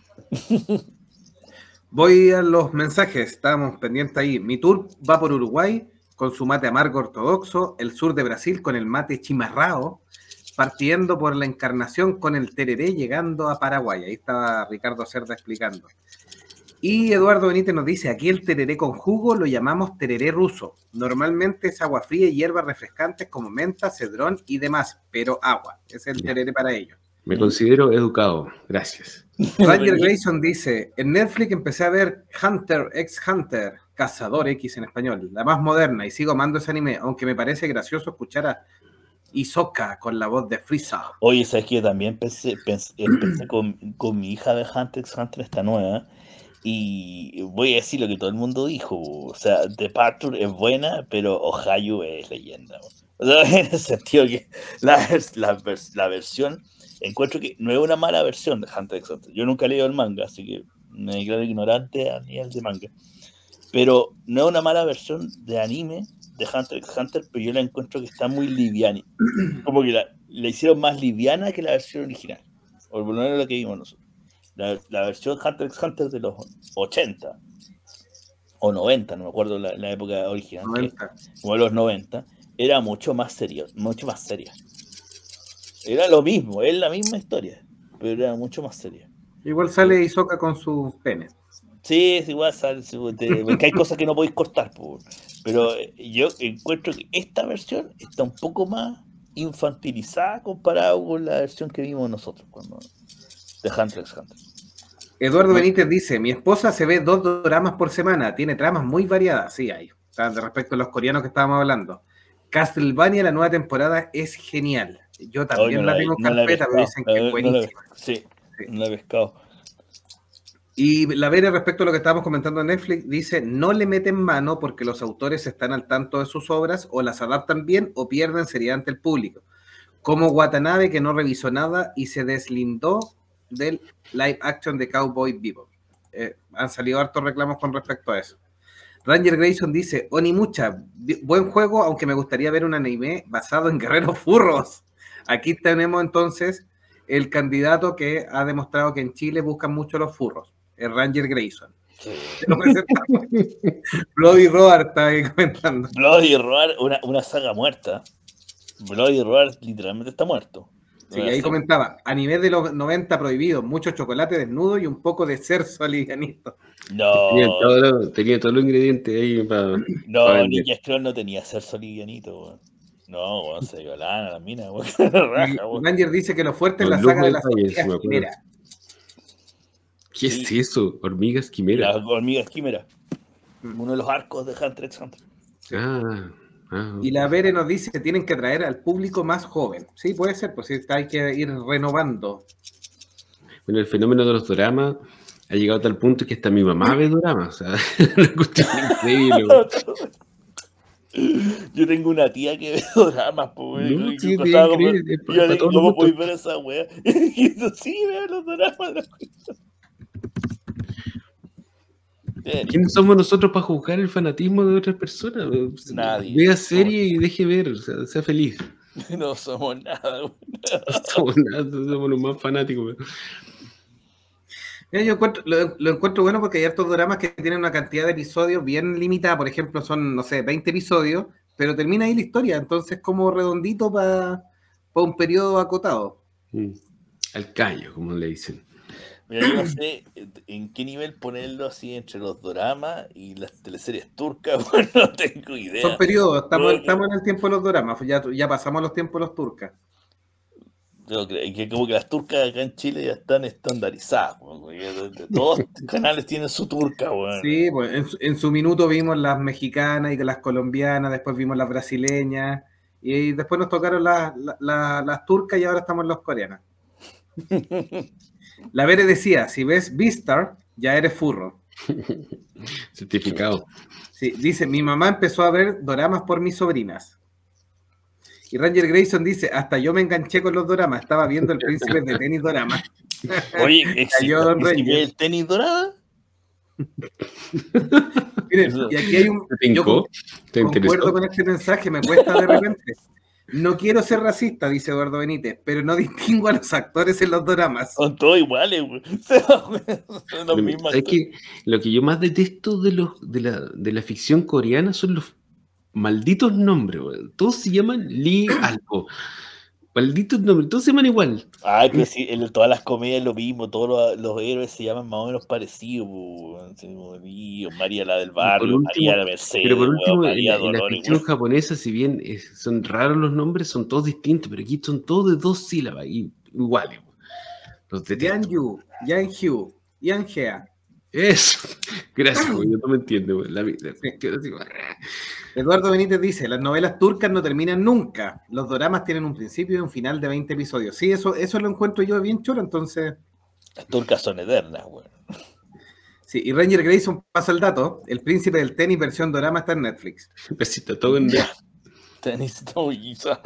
Voy a los mensajes, estábamos pendientes ahí. Mi tour va por Uruguay con su mate amargo ortodoxo, el sur de Brasil con el mate chimarrao, partiendo por la Encarnación con el tereré, llegando a Paraguay. Ahí estaba Ricardo Cerda explicando. Y Eduardo Benítez nos dice, aquí el tereré con jugo lo llamamos tereré ruso. Normalmente es agua fría y hierbas refrescantes como menta, cedrón y demás, pero agua. Es el tereré para ellos. Me considero educado, gracias. Ranger Grayson dice, en Netflix empecé a ver Hunter x Hunter, Cazador X en español, la más moderna, y sigo amando ese anime, aunque me parece gracioso escuchar a Hisoka con la voz de Frieza. Oye, ¿sabes que yo también empecé con mi hija de Hunter x Hunter, esta nueva? Y voy a decir lo que todo el mundo dijo, o sea, Departure es buena, pero Ohio es leyenda. O sea, en el sentido que la versión, encuentro que no es una mala versión de Hunter x Hunter. Yo nunca he leído el manga, así que me declaro ignorante a nivel de manga. Pero no es una mala versión de anime de Hunter x Hunter, pero yo la encuentro que está muy liviana. Como que la hicieron más liviana que la versión original. O por lo menos lo que vimos nosotros. La versión Hunter x Hunter de los 80 o 90, no me acuerdo la época original, 90. Como los 90, era mucho más seria. Era lo mismo, es la misma historia, pero era mucho más seria. Igual sale Hisoka con sus penes. Sí, es igual, porque hay cosas que no podéis cortar, pero yo encuentro que esta versión está un poco más infantilizada comparado con la versión que vimos nosotros de Hunter x Hunter. Eduardo Benítez dice, mi esposa se ve 2 doramas por semana, tiene tramas muy variadas, sí hay, de respecto a los coreanos que estábamos hablando. Castlevania, la nueva temporada, es genial. Yo también la tengo en carpeta, pero dicen que es buenísima. Sí, no la he pescado. Y la Vera, respecto a lo que estábamos comentando en Netflix, dice, no le meten mano porque los autores están al tanto de sus obras, o las adaptan bien o pierden seriedad ante el público. Como Watanabe, que no revisó nada y se deslindó del live action de Cowboy Bebop. Han salido hartos reclamos con respecto a eso. Ranger Grayson dice, Onimucha, buen juego, aunque me gustaría ver un anime basado en guerreros furros. Aquí tenemos entonces el candidato que ha demostrado que en Chile buscan mucho los furros, el Ranger Grayson. Te lo presentamos. Bloody Roar está ahí comentando. Bloody Roar, una saga muerta. Bloody Roar literalmente está muerto. Sí, ahí comentaba, a nivel de los 90 prohibido, mucho chocolate desnudo y un poco de cerzo alivianito. No. Tenía todos los ingredientes ahí para. No, Ninja Scroll no tenía cerzo alivianito, weón. No, weón, se violaban a la mina, weón. Ranger dice que lo fuerte es la saga de las hormigas quimera. ¿Qué es eso? Hormigas quimera. Las hormigas quimera. Uno de los arcos de Hunter x Hunter. Sí. Y la Vere nos dice que tienen que traer al público más joven. Sí, puede ser, pues sí, hay que ir renovando. Bueno, el fenómeno de los doramas ha llegado a tal punto que hasta mi mamá ve doramas. O sea, una cuestión increíble. Yo tengo una tía que ve doramas, pues. No, sí, increíble. Yo digo, ¿cómo puedes ver esa wea? Y yo, sí, veo los doramas. ¿Quiénes somos nosotros para juzgar el fanatismo de otras personas? Nadie. Vea serie y deje ver, o sea feliz. No somos nada. No somos nada, somos los más fanáticos. Yo lo encuentro bueno porque hay hartos dramas que tienen una cantidad de episodios bien limitada. Por ejemplo, son, no sé, 20 episodios, pero termina ahí la historia. Entonces, como redondito para un periodo acotado. Al callo, como le dicen. Mira, yo no sé en qué nivel ponerlo así entre los doramas y las teleseries turcas, bueno, no tengo idea. Son periodos, estamos en el tiempo de los doramas, ya pasamos los tiempos de los turcas. Yo creo que como que las turcas acá en Chile ya están estandarizadas, todos los canales tienen su turca, weón. Sí, pues en su minuto vimos las mexicanas y las colombianas, después vimos las brasileñas, y después nos tocaron las turcas y ahora estamos en los coreanas. La Vere decía, si ves Beastar, ya eres furro. Certificado. Sí, dice, mi mamá empezó a ver doramas por mis sobrinas. Y Ranger Grayson dice, hasta yo me enganché con los doramas, estaba viendo El Príncipe de Tenis Dorama. Oye, ¿existe Don Ranger. el tenis dorado? Miren, y aquí hay un... Yo concuerdo con este mensaje, me cuesta de repente. No quiero ser racista, dice Eduardo Benítez, pero no distingo a los actores en los doramas. Son todos iguales, güey. Son los mismos. ¿Sabes qué? Lo que yo más detesto de la ficción coreana son los malditos nombres, güey. Todos se llaman Lee algo. Malditos nombres, todos se llaman igual. Ay, pero sí, en todas las comedias es lo mismo, todos los héroes se llaman más o menos parecidos. María la del barrio, Último, María la Mercedes, pero por último, María en Dolores. la ficción japonesa, si bien son raros los nombres, son todos distintos, pero aquí son todos de 2 sílabas, iguales. Los detesto. Yang Yu, Yang Hyu, Yang Hea. Eso, gracias, yo no me entiendo. Eduardo Benítez dice, las novelas turcas no terminan nunca, los doramas tienen un principio y un final de 20 episodios. Sí, eso lo encuentro yo bien choro, entonces... Las turcas son eternas, güey. Sí, y Ranger Grayson pasa el dato, El Príncipe del Tenis versión dorama está en Netflix. Besito, todo en Tenis Toguiza.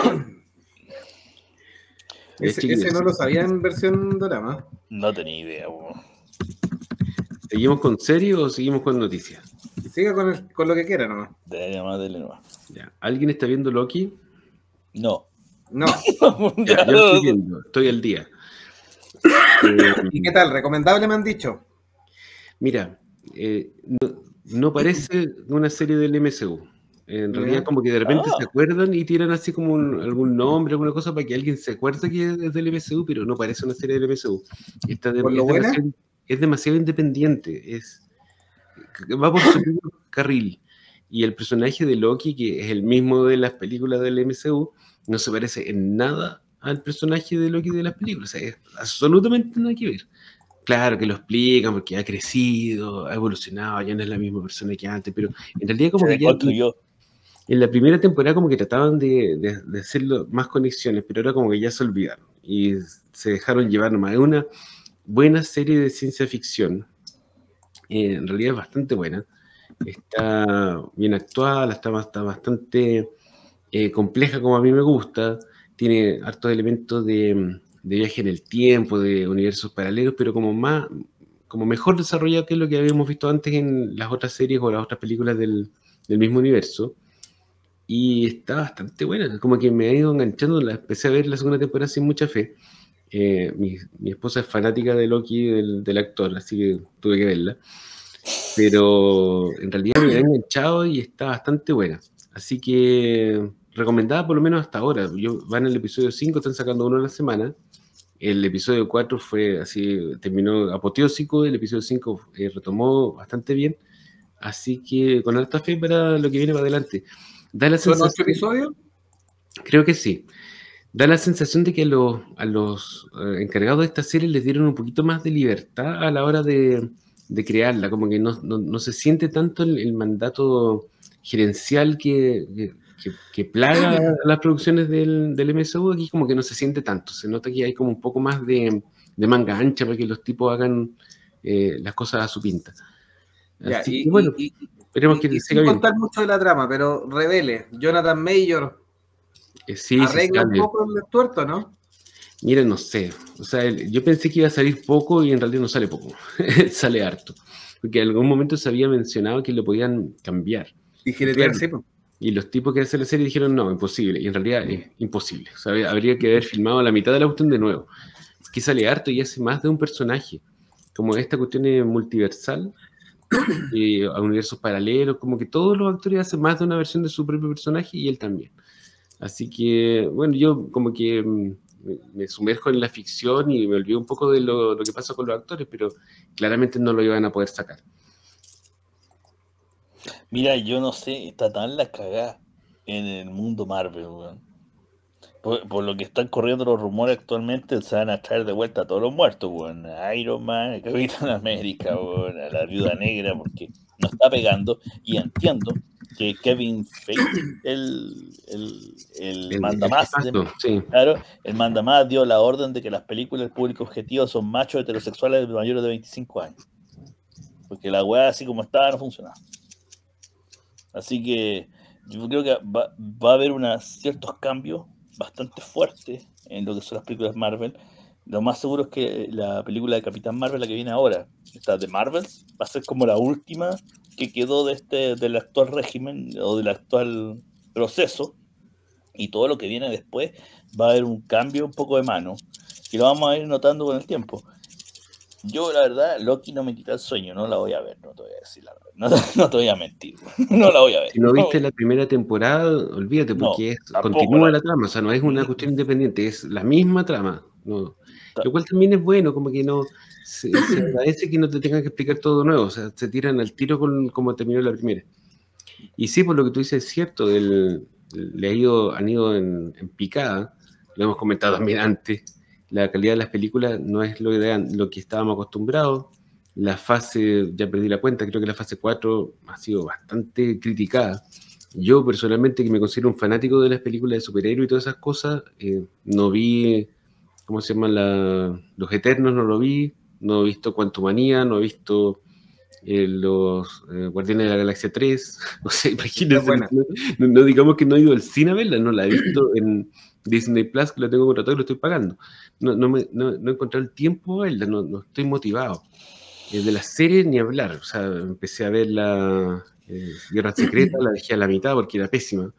Ese no lo sabía en versión dorama. No tenía idea, güey. ¿Seguimos con serio o seguimos con noticias? Siga con lo que quiera nomás. Dele nomás. Ya. ¿Alguien está viendo Loki? No. Ya, yo estoy viendo, estoy al día. ¿Y qué tal? ¿Recomendable me han dicho? Mira, no parece una serie del MCU. En realidad como que de repente se acuerdan y tiran así como algún nombre, alguna cosa para que alguien se acuerde que es del MCU, pero no parece una serie del MCU. Es demasiado independiente, va por su propio carril. Y el personaje de Loki, que es el mismo de las películas del MCU, no se parece en nada al personaje de Loki de las películas. O sea, es absolutamente nada que ver. Claro que lo explican porque ha crecido, ha evolucionado, ya no es la misma persona que antes, pero en realidad como que ya en la primera temporada como que trataban de hacerlo más conexiones, pero ahora como que ya se olvidaron y se dejaron llevar nomás. Es una buena serie de ciencia ficción, en realidad es bastante buena, está bien actuada, está bastante compleja como a mí me gusta, tiene hartos elementos de viaje en el tiempo, de universos paralelos, pero como mejor desarrollado que lo que habíamos visto antes en las otras series o las otras películas del mismo universo. Y está bastante buena, como que me ha ido enganchando, la empecé a ver la segunda temporada sin mucha fe. Mi esposa es fanática de Loki, del actor, así que tuve que verla. Pero en realidad me ha enganchado y está bastante buena. Así que recomendada por lo menos hasta ahora. Van en el episodio 5, están sacando uno a la semana. El episodio 4 fue así, terminó apoteósico, el episodio 5 retomó bastante bien. Así que con alta fe para lo que viene para adelante. ¿Son 8 episodios? Creo que sí. Da la sensación de que a los encargados de esta serie les dieron un poquito más de libertad a la hora de crearla, como que no se siente tanto el mandato gerencial que plaga las producciones del MCU. Aquí como que no se siente tanto, se nota que hay como un poco más de manga ancha para que los tipos hagan las cosas a su pinta. Así que bueno, esperemos que siga bien. Sin contar mucho de la trama, pero revele, Jonathan Major arregla un poco el tuerto, ¿no? Mira, no sé, o sea, yo pensé que iba a salir poco y en realidad no sale poco, sale harto, porque en algún momento se había mencionado que lo podían cambiar. Y los tipos que hacen la serie dijeron, no, imposible, y en realidad es imposible, o sea, habría que haber filmado la mitad de la cuestión de nuevo. Es que sale harto y hace más de un personaje, como esta cuestión es multiversal, a universos paralelos, como que todos los actores hacen más de una versión de su propio personaje y él también. Así que, bueno, yo como que me sumerjo en la ficción y me olvido un poco de lo que pasa con los actores, pero claramente no lo iban a poder sacar. Mira, yo no sé, está tan la cagada en el mundo Marvel, weón. Por lo que están corriendo los rumores actualmente, se van a traer de vuelta a todos los muertos, weón. A Iron Man, a Capitán América, weón, a la Viuda Negra, porque no está pegando. Y entiendo que Kevin Feige, el mandamás, sí. Claro, el mandamás dio la orden de que las películas del público objetivo son machos heterosexuales mayores de 25 años. Porque la weá, así como estaba, no funcionaba. Así que yo creo que va a haber ciertos cambios bastante fuertes en lo que son las películas Marvel. Lo más seguro es que la película de Capitán Marvel, la que viene ahora, esta de Marvels, va a ser como la última que quedó del actual régimen o del actual proceso, y todo lo que viene después va a haber un cambio un poco de mano, que lo vamos a ir notando con el tiempo. Yo, la verdad, Loki no me quita el sueño, no la voy a ver, no te voy a decir la verdad, no te voy a mentir, no la voy a ver. Si no viste la primera temporada, olvídate, porque continúa la trama, o sea, no es una cuestión independiente, es la misma trama, no. Lo cual también es bueno, como que no, se agradece que no te tengan que explicar todo de nuevo, o sea, se tiran al tiro con como terminó la primera. Y sí, por lo que tú dices es cierto, han ido en picada, lo hemos comentado también antes. La calidad de las películas no es lo que estábamos acostumbrados. La fase, ya perdí la cuenta, creo que la fase 4 ha sido bastante criticada. Yo personalmente, que me considero un fanático de las películas de superhéroes y todas esas cosas, no vi, ¿cómo se llama? Los Eternos no lo vi, no he visto Quantumania, no he visto los Guardianes de la Galaxia 3, o sea, imagínense, no digamos que no he ido al cine a verla, no la he visto en Disney Plus, que la tengo contratado y lo estoy pagando. No he encontrado el tiempo a verla, no estoy motivado. De la serie ni hablar, o sea, empecé a ver la Guerra Secreta, la dejé a la mitad porque era pésima.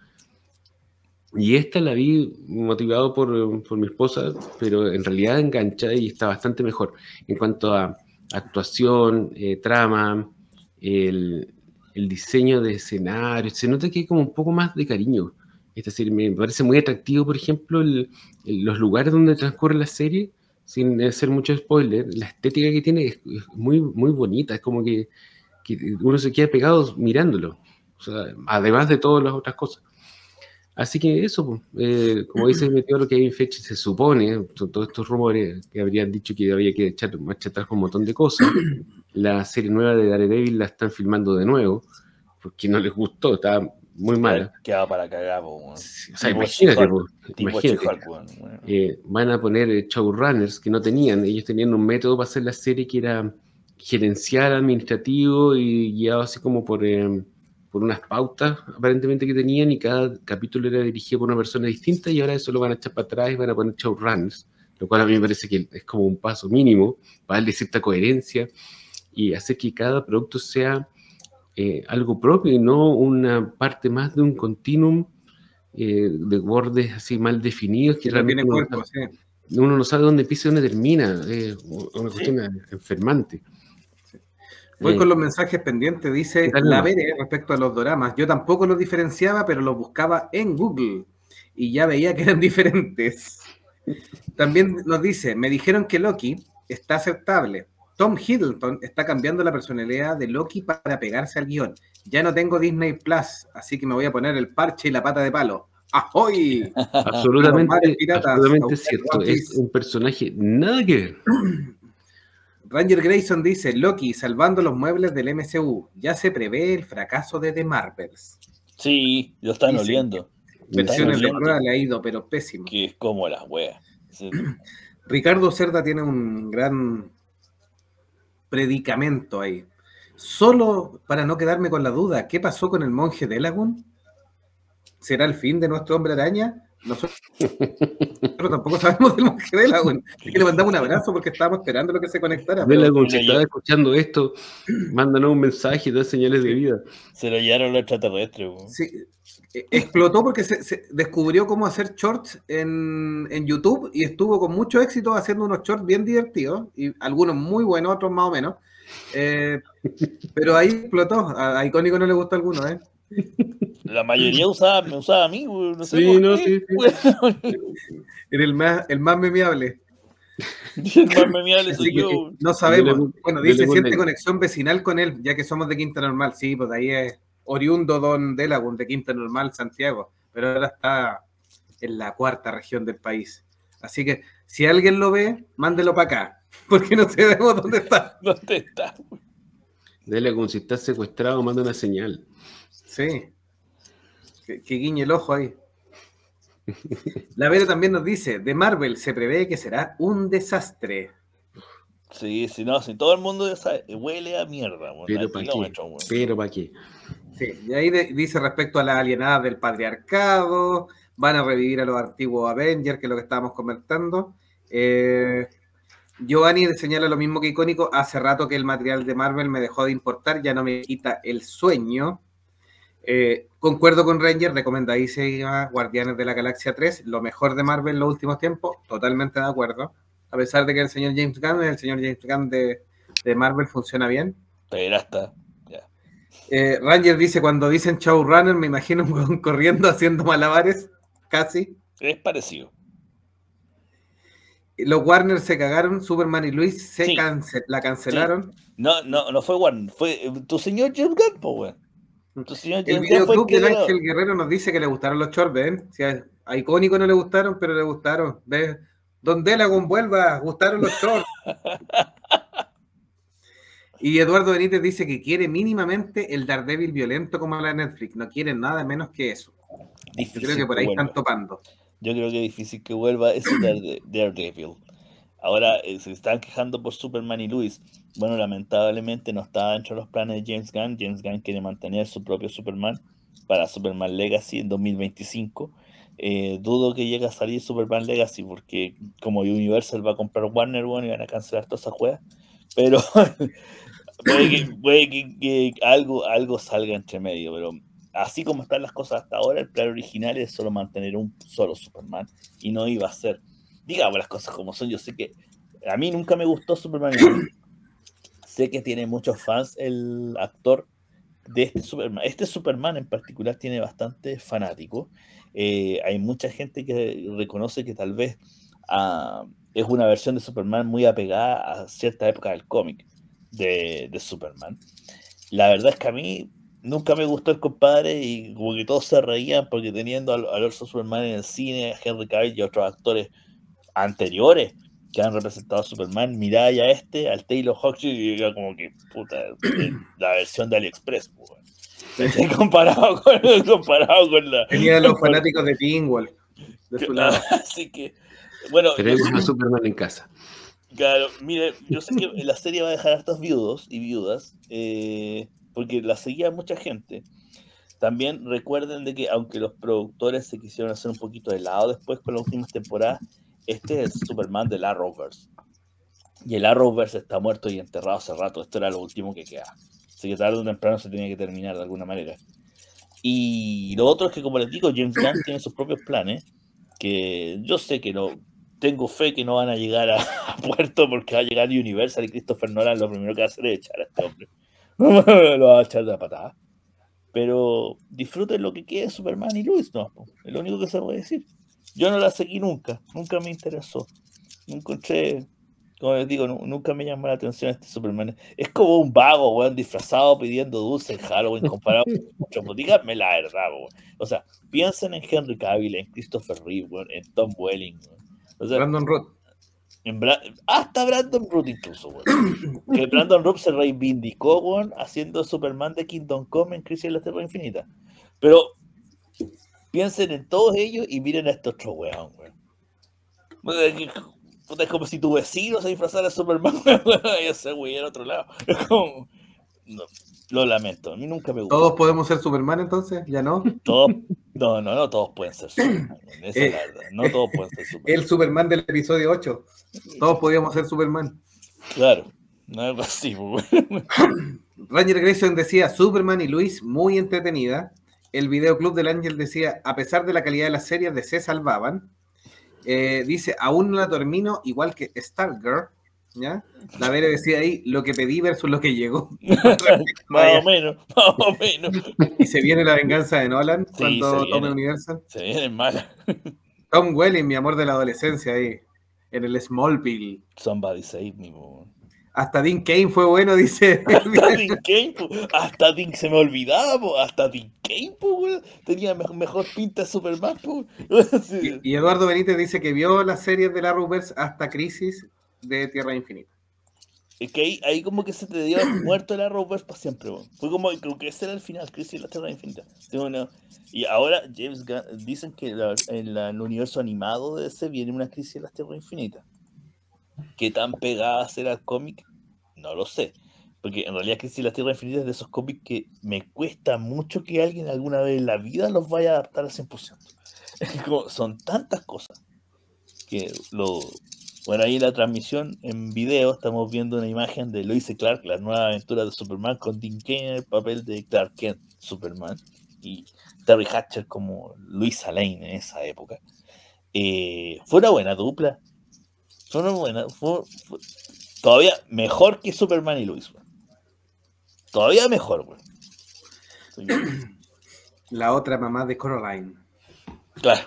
Y esta la vi motivado por mi esposa, pero en realidad enganchada y está bastante mejor en cuanto a actuación, trama, el diseño de escenario. Se nota que hay como un poco más de cariño. Esta serie me parece muy atractivo, por ejemplo, los lugares donde transcurre la serie, sin hacer mucho spoiler. La estética que tiene es muy, muy bonita, es como que uno se queda pegado mirándolo, o sea, además de todas las otras cosas. Así que eso, como dice el meteoro Kevin Feige, se supone, todos estos rumores que habrían dicho que había que machatar con un montón de cosas. La serie nueva de Daredevil la están filmando de nuevo, porque no les gustó, estaba muy mala. Quedaba para cagar, o sea, imagínate. Van a poner showrunners que no tenían, ellos tenían un método para hacer la serie que era gerencial, administrativo y guiado así como por unas pautas aparentemente que tenían, y cada capítulo era dirigido por una persona distinta, y ahora eso lo van a echar para atrás y van a poner showrunners, lo cual a mí me parece que es como un paso mínimo para darle cierta coherencia y hacer que cada producto sea algo propio y no una parte más de un continuum de bordes así mal definidos que realmente uno no sabe dónde empieza y dónde termina, una cuestión enfermante. Voy con los mensajes pendientes. Dice la Bere respecto a los doramas. Yo tampoco los diferenciaba, pero los buscaba en Google y ya veía que eran diferentes. También nos dice, me dijeron que Loki está aceptable. Tom Hiddleston está cambiando la personalidad de Loki para pegarse al guión. Ya no tengo Disney Plus, así que me voy a poner el parche y la pata de palo. ¡Ahoy! Absolutamente cierto. Es un personaje nada que ver. Ranger Grayson dice, Loki salvando los muebles del MCU. Ya se prevé el fracaso de The Marvels. Sí, lo están oliendo. Versiones de prueba le ha ido, pero pésimo. Que es como las weas. Sí. Ricardo Cerda tiene un gran predicamento ahí. Solo para no quedarme con la duda, ¿qué pasó con el monje de Elagun? ¿Será el fin de nuestro hombre araña? Nosotros tampoco sabemos del monje de Elagun. Así que le mandamos un abrazo porque estábamos esperando lo que se conectara. Elagun, si estaba escuchando esto, mándanos un mensaje y da señales de vida. Se lo llevaron los extraterrestres. Sí, explotó porque se descubrió cómo hacer shorts en YouTube y estuvo con mucho éxito haciendo unos shorts bien divertidos, y algunos muy buenos, otros más o menos. Pero ahí explotó. A Icónico no le gusta alguno, ¿eh? La mayoría me usaba a mí, no sé. Sí, no, sí. Era el más memeable. El más memeable soy yo. No sabemos. Bueno, dice, siente conexión vecinal con él, ya que somos de Quinta Normal. Sí, pues ahí es oriundo Don Delagun, de Quinta Normal, Santiago. Pero ahora está en la cuarta región del país. Así que, si alguien lo ve, mándelo para acá, porque no sabemos dónde está. ¿Dónde está? Dele, como si está secuestrado, manda una señal. Sí. Que guiñe el ojo ahí. La Vera también nos dice, de Marvel se prevé que será un desastre. Sí, si no, si todo el mundo ya sabe, huele a mierda. Pero ¿para qué? Pero ¿para qué? Sí, y ahí dice respecto a las alienadas del patriarcado, van a revivir a los antiguos Avengers, que es lo que estábamos comentando. Giovanni señala lo mismo que Icónico, hace rato que el material de Marvel me dejó de importar, ya no me quita el sueño. Concuerdo con Ranger, recomendadísima Guardianes de la Galaxia 3, lo mejor de Marvel en los últimos tiempos, totalmente de acuerdo. A pesar de que el señor James Gunn de Marvel funciona bien. Pero hasta, ya. Ranger dice, cuando dicen showrunner, me imagino corriendo haciendo malabares, casi. Es parecido. Los Warner se cagaron, Superman y Luis Sí. la cancelaron. Sí. No fue Warner, fue tu señor James Gunn, po, weón. El videoclub del Ángel Guerrero nos dice que le gustaron los shorts, ¿ven? Si a Icónico no le gustaron, pero le gustaron. ¿Ves? Don Delagon vuelva, gustaron los shorts. Y Eduardo Benítez dice que quiere mínimamente el Daredevil violento como la de Netflix. No quiere nada menos que eso. Difícil. Yo creo que por ahí están topando. Yo creo que es difícil que vuelva ese Daredevil. Ahora se están quejando por Superman y Lois. Bueno, lamentablemente no está dentro de los planes de James Gunn. James Gunn quiere mantener su propio Superman para Superman Legacy en 2025. Dudo que llegue a salir Superman Legacy porque como Universal va a comprar Warner One y van a cancelar todas esas juegas. Pero puede que algo salga entre medio. Pero así como están las cosas hasta ahora, el plan original es solo mantener un solo Superman y no iba a ser. Digamos las cosas como son. Yo sé que a mí nunca me gustó Superman. Sé que tiene muchos fans el actor de este Superman. Este Superman en particular tiene bastante fanático. Hay mucha gente que reconoce que tal vez es una versión de Superman muy apegada a cierta época del cómic de Superman. La verdad es que a mí nunca me gustó el compadre y como que todos se reían porque teniendo al otro Superman en el cine, a Henry Cavill y otros actores anteriores que han representado a Superman, mirá ya al Taylor Hawkins y era como que, puta, la versión de AliExpress, pues. Comparado con la... Tenía los fanáticos de Tingwall de su lado. Así que, bueno... Tenemos a Superman en casa. Claro, mire, yo sé que la serie va a dejar hartos viudos y viudas, porque la seguía mucha gente. También recuerden de que aunque los productores se quisieron hacer un poquito de lado después con las últimas temporadas, este es el Superman del Arrowverse. Y el Arrowverse está muerto y enterrado hace rato. Esto era lo último que quedaba. Así que tarde o temprano se tenía que terminar de alguna manera. Y lo otro es que, como les digo, James Gunn tiene sus propios planes, que yo sé que no... Tengo fe que no van a llegar a puerto porque va a llegar Universal y Christopher Nolan lo primero que va a hacer es echar a este hombre. Lo va a echar de la patada. Pero disfruten lo que quede de Superman y Lois, no, es lo único que se puede decir. Yo no la seguí nunca me interesó. No encontré, como les digo, nunca me llamó la atención este Superman. Es como un vago, weón, disfrazado pidiendo dulce en Halloween comparado con muchos. Díganme la verdad, weón. O sea, piensen en Henry Cavill, en Christopher Reeve, weón, en Tom Welling, weón. O sea, Brandon Roth. Hasta Brandon Root incluso, weón. Que Brandon Root se reivindicó, weón, haciendo Superman de Kingdom Come en Crisis en la Tierra Infinita. Pero piensen en todos ellos y miren a estos otros weón. Es como si tu vecino se disfrazara de Superman, y ese güey era otro lado. Es como... No, lo lamento, a mí nunca me gustó. ¿Todos podemos ser Superman entonces? ¿Ya no? No todos pueden ser Superman. Esa es la verdad. No todos pueden ser Superman. El Superman del episodio 8. Todos podíamos ser Superman. Claro, no es así. Ranger Grayson decía, Superman y Luis, muy entretenida. El videoclub del Ángel decía, a pesar de la calidad de las series, se salvaban. Dice, aún no la termino, igual que Stargirl. ¿Ya? La Vera decía ahí, lo que pedí versus lo que llegó. Más o menos. Y se viene la venganza de Nolan Sí, cuando tome Universal. Se viene mala. Tom Welling, mi amor de la adolescencia ahí, en el Smallville. Somebody save me, man. Hasta Dean Cain fue bueno, dice. Hasta Dean se me olvidaba, po. Hasta Dean Cain, po, tenía mejor pinta de Superman, po. Sí. Y Eduardo Benítez dice que vio las series de la Arrowverse hasta Crisis de Tierra Infinita. Es que ahí como que se te dio muerto el Arrowverse para siempre, po. Fue como, creo que ese era el final, Crisis de la Tierra Infinita. Y ahora James Gunn, dicen que en el universo animado de ese viene una Crisis de la Tierra Infinita. ¿Qué tan pegada será el cómic? No lo sé. Porque en realidad Crisis de la Tierra Infinita es de esos cómics que me cuesta mucho que alguien alguna vez en la vida los vaya a adaptar al 100%. Como, son tantas cosas que Bueno, ahí en la transmisión en video estamos viendo una imagen de Lois y Clark, la nueva aventura de Superman, con Dean Cain en el papel de Clark Kent, Superman, y Terry Hatcher como Luisa Lane en esa época. Fue una buena dupla. Fue todavía mejor que Superman y Lois. Todavía mejor, güey. La otra mamá de Coraline. Claro.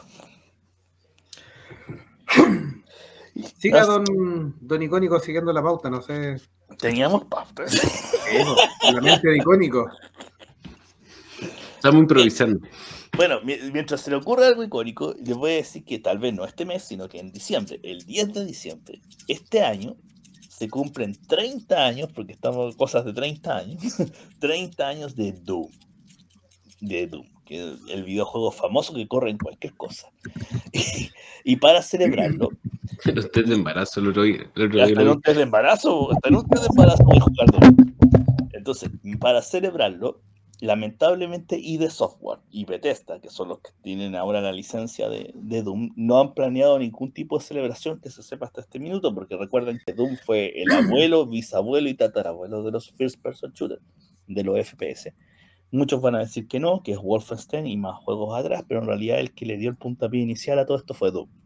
Siga don Icónico siguiendo la pauta, no sé. Teníamos pautas. La mente de Icónico. Estamos improvisando. Bueno, mientras se le ocurre algo icónico, les voy a decir que tal vez no este mes, sino que en diciembre, el 10 de diciembre, este año, se cumplen 30 años, porque estamos cosas de 30 años, 30 años de Doom. De Doom, que es el videojuego famoso que corre en cualquier cosa. Y para celebrarlo... Pero usted de embarazo el otro día. Hasta en un test de embarazo voy a jugar Doom. Entonces, para celebrarlo, lamentablemente ID Software y Bethesda, que son los que tienen ahora la licencia de Doom, no han planeado ningún tipo de celebración que se sepa hasta este minuto, porque recuerden que Doom fue el abuelo, bisabuelo y tatarabuelo de los First Person Shooters, de los FPS. Muchos van a decir que no, que es Wolfenstein y más juegos atrás, pero en realidad el que le dio el puntapié inicial a todo esto fue Doom.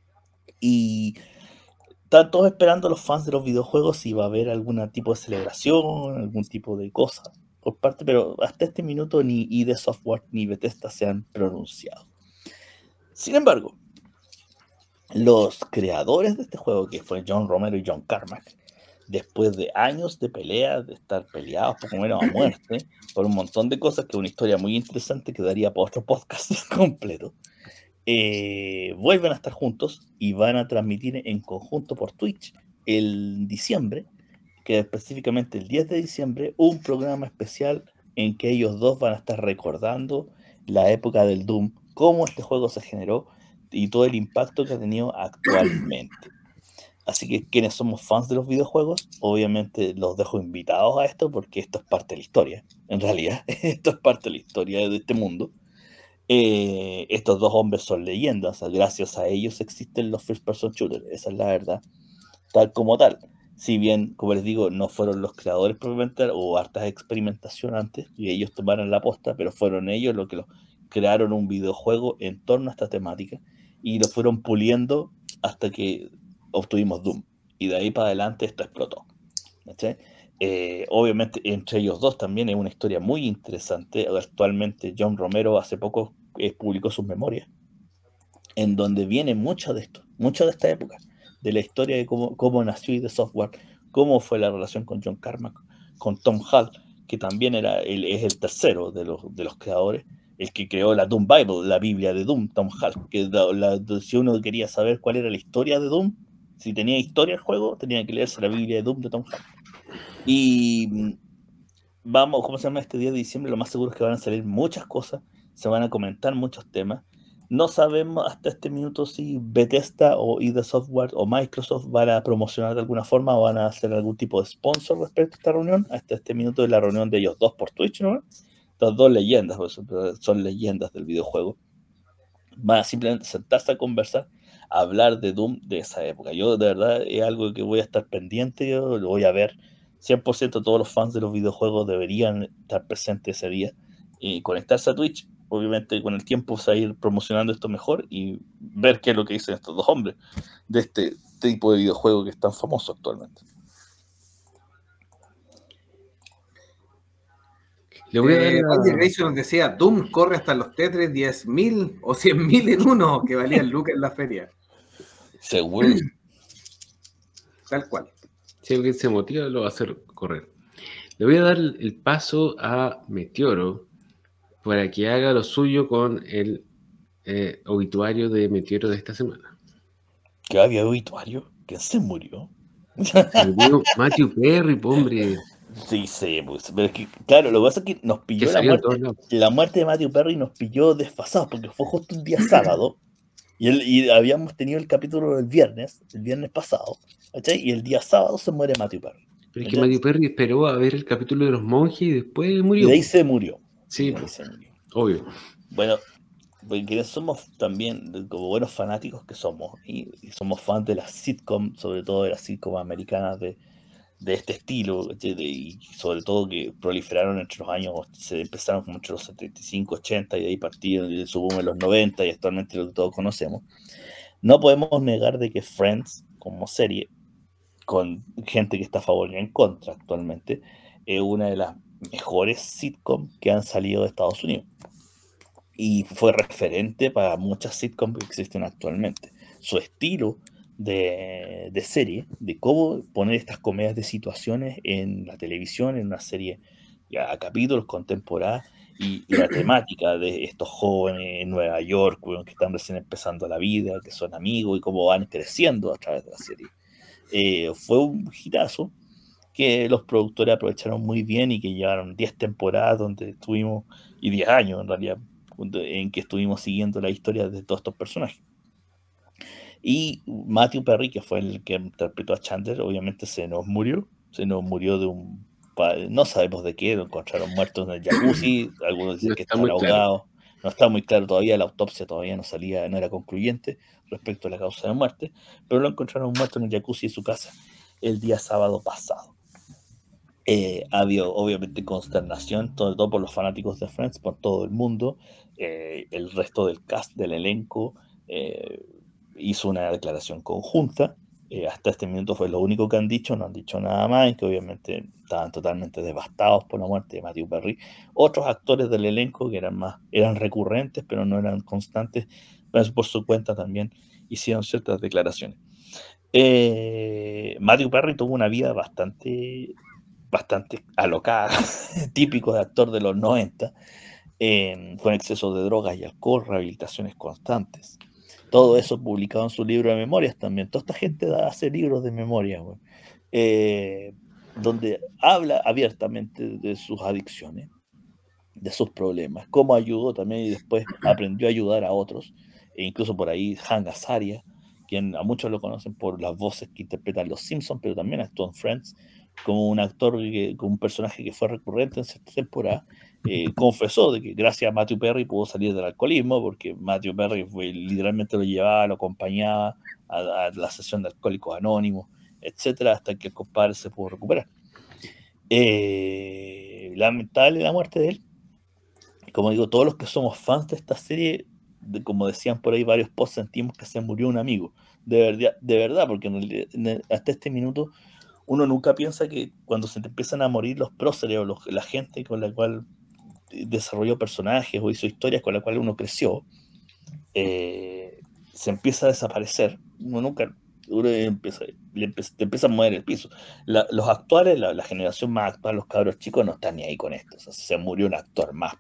Y están todos esperando a los fans de los videojuegos si va a haber algún tipo de celebración, algún tipo de cosa por parte, pero hasta este minuto ni ID Software ni Bethesda se han pronunciado. Sin embargo, los creadores de este juego, que fue John Romero y John Carmack, después de años de pelea, de estar peleados poco menos a muerte, por un montón de cosas, que es una historia muy interesante que daría para otro podcast completo, vuelven a estar juntos y van a transmitir en conjunto por Twitch el diciembre, que específicamente el 10 de diciembre, un programa especial en que ellos dos van a estar recordando la época del Doom, cómo este juego se generó y todo el impacto que ha tenido actualmente. Así que quienes somos fans de los videojuegos, obviamente los dejo invitados a esto, porque esto es parte de la historia. En realidad, esto es parte de la historia de este mundo. Estos dos hombres son leyendas, gracias a ellos existen los first person shooters, esa es la verdad, tal como tal. Si bien, como les digo, no fueron los creadores propiamente, o hartas experimentación antes, y ellos tomaron la posta, pero fueron ellos los que crearon un videojuego en torno a esta temática, y lo fueron puliendo hasta que obtuvimos Doom, y de ahí para adelante esto explotó. Obviamente entre ellos dos también es una historia muy interesante. Actualmente John Romero hace poco publicó sus memorias, en donde viene mucho de esto, mucho de esta época, de la historia de cómo nació ID Software, cómo fue la relación con John Carmack, con Tom Hall, que también es el tercero de los creadores, el que creó la Doom Bible, la Biblia de Doom, Tom Hall, que si uno quería saber cuál era la historia de Doom, si tenía historia el juego, tenía que leerse la Biblia de Doom de Tom Hall. Y vamos, ¿cómo se llama? Este 10 de diciembre lo más seguro es que van a salir muchas cosas, se van a comentar muchos temas. No sabemos hasta este minuto si Bethesda o ID Software o Microsoft van a promocionar de alguna forma o van a hacer algún tipo de sponsor respecto a esta reunión. Hasta este minuto de la reunión de ellos dos por Twitch, ¿no? Las dos leyendas, pues, son leyendas del videojuego. Van a simplemente sentarse a conversar, a hablar de Doom de esa época. Yo de verdad es algo que voy a estar pendiente, yo lo voy a ver 100%. Todos los fans de los videojuegos deberían estar presentes ese día y conectarse a Twitch. Obviamente con el tiempo se va a ir promocionando esto mejor y ver qué es lo que dicen estos dos hombres de este tipo de videojuego que es tan famoso actualmente. Le voy a dar nos decía, Doom corre hasta los Tetris 10.000 o 100.000 en uno, que valía el lucas en la feria. Seguro. Tal cual. Si alguien se motiva, lo va a hacer correr. Le voy a dar el paso a Meteoro para que haga lo suyo con el obituario de Meteoro de esta semana. ¿Que había obituario? ¿Quién se murió? Se murió Matthew Perry, hombre. Sí, pues, pero es que, claro, lo que pasa es que nos pilló la muerte de Matthew Perry nos pilló desfasados, porque fue justo un día sábado, y habíamos tenido el capítulo el viernes pasado, ¿cachai? Y el día sábado se muere Matthew Perry. Pero es que Matthew Perry esperó a ver el capítulo de los monjes y después murió. Y de ahí se murió. Sí, obvio. Bueno, porque somos también, como buenos fanáticos que somos, y somos fans de las sitcom, sobre todo de las sitcom americanas de este estilo, y sobre todo que proliferaron entre los años, se empezaron como entre los 75, 80 y de ahí partieron y su boom en los 90 y actualmente lo que todos conocemos. No podemos negar de que Friends, como serie, con gente que está a favor y en contra actualmente, es una de las mejores sitcom que han salido de Estados Unidos. Y fue referente para muchas sitcoms que existen actualmente. Su estilo de serie, de cómo poner estas comedias de situaciones en la televisión, en una serie a capítulos con temporada, y la temática de estos jóvenes en Nueva York, que están recién empezando la vida, que son amigos y cómo van creciendo a través de la serie. Fue un hitazo que los productores aprovecharon muy bien y que llevaron 10 temporadas donde estuvimos, y 10 años en realidad, en que estuvimos siguiendo la historia de todos estos personajes. Y Matthew Perry, que fue el que interpretó a Chandler, obviamente se nos murió de un... No sabemos de qué, lo encontraron muerto en el jacuzzi, algunos dicen que está ahogado, no está muy claro todavía, la autopsia todavía no era concluyente respecto a la causa de muerte, pero lo encontraron muerto en el jacuzzi de su casa el día sábado pasado. Ha habido obviamente consternación, sobre todo por los fanáticos de Friends, por todo el mundo. El resto del cast, del elenco, hizo una declaración conjunta. Hasta este minuto fue lo único que han dicho, no han dicho nada más, y que obviamente estaban totalmente devastados por la muerte de Matthew Perry. Otros actores del elenco que eran recurrentes, pero no eran constantes, pero por su cuenta también hicieron ciertas declaraciones. Matthew Perry tuvo una vida bastante alocada, típico de actor de los 90, con exceso de drogas y alcohol, rehabilitaciones constantes. Todo eso publicado en su libro de memorias también. Toda esta gente hace libros de memoria, donde habla abiertamente de sus adicciones, de sus problemas, cómo ayudó también y después aprendió a ayudar a otros. E incluso por ahí Hank Azaria, quien a muchos lo conocen por las voces que interpretan Los Simpsons, pero también actuó en Friends, como un actor, como un personaje que fue recurrente en cierta temporada, confesó de que gracias a Matthew Perry pudo salir del alcoholismo, porque Matthew Perry literalmente lo llevaba, lo acompañaba a la sesión de Alcohólicos Anónimos, etcétera, hasta que el compadre se pudo recuperar. Lamentable la muerte de él. Como digo, todos los que somos fans de esta serie, como decían por ahí varios posts, sentimos que se murió un amigo. De verdad, porque hasta este minuto uno nunca piensa que cuando se te empiezan a morir los próceres o la gente con la cual desarrolló personajes o hizo historias con la cual uno creció, se empieza a desaparecer. Te empieza a mover el piso. Los actuales, la generación más actual, los cabros chicos, no están ni ahí con esto. O sea, se murió un actor más,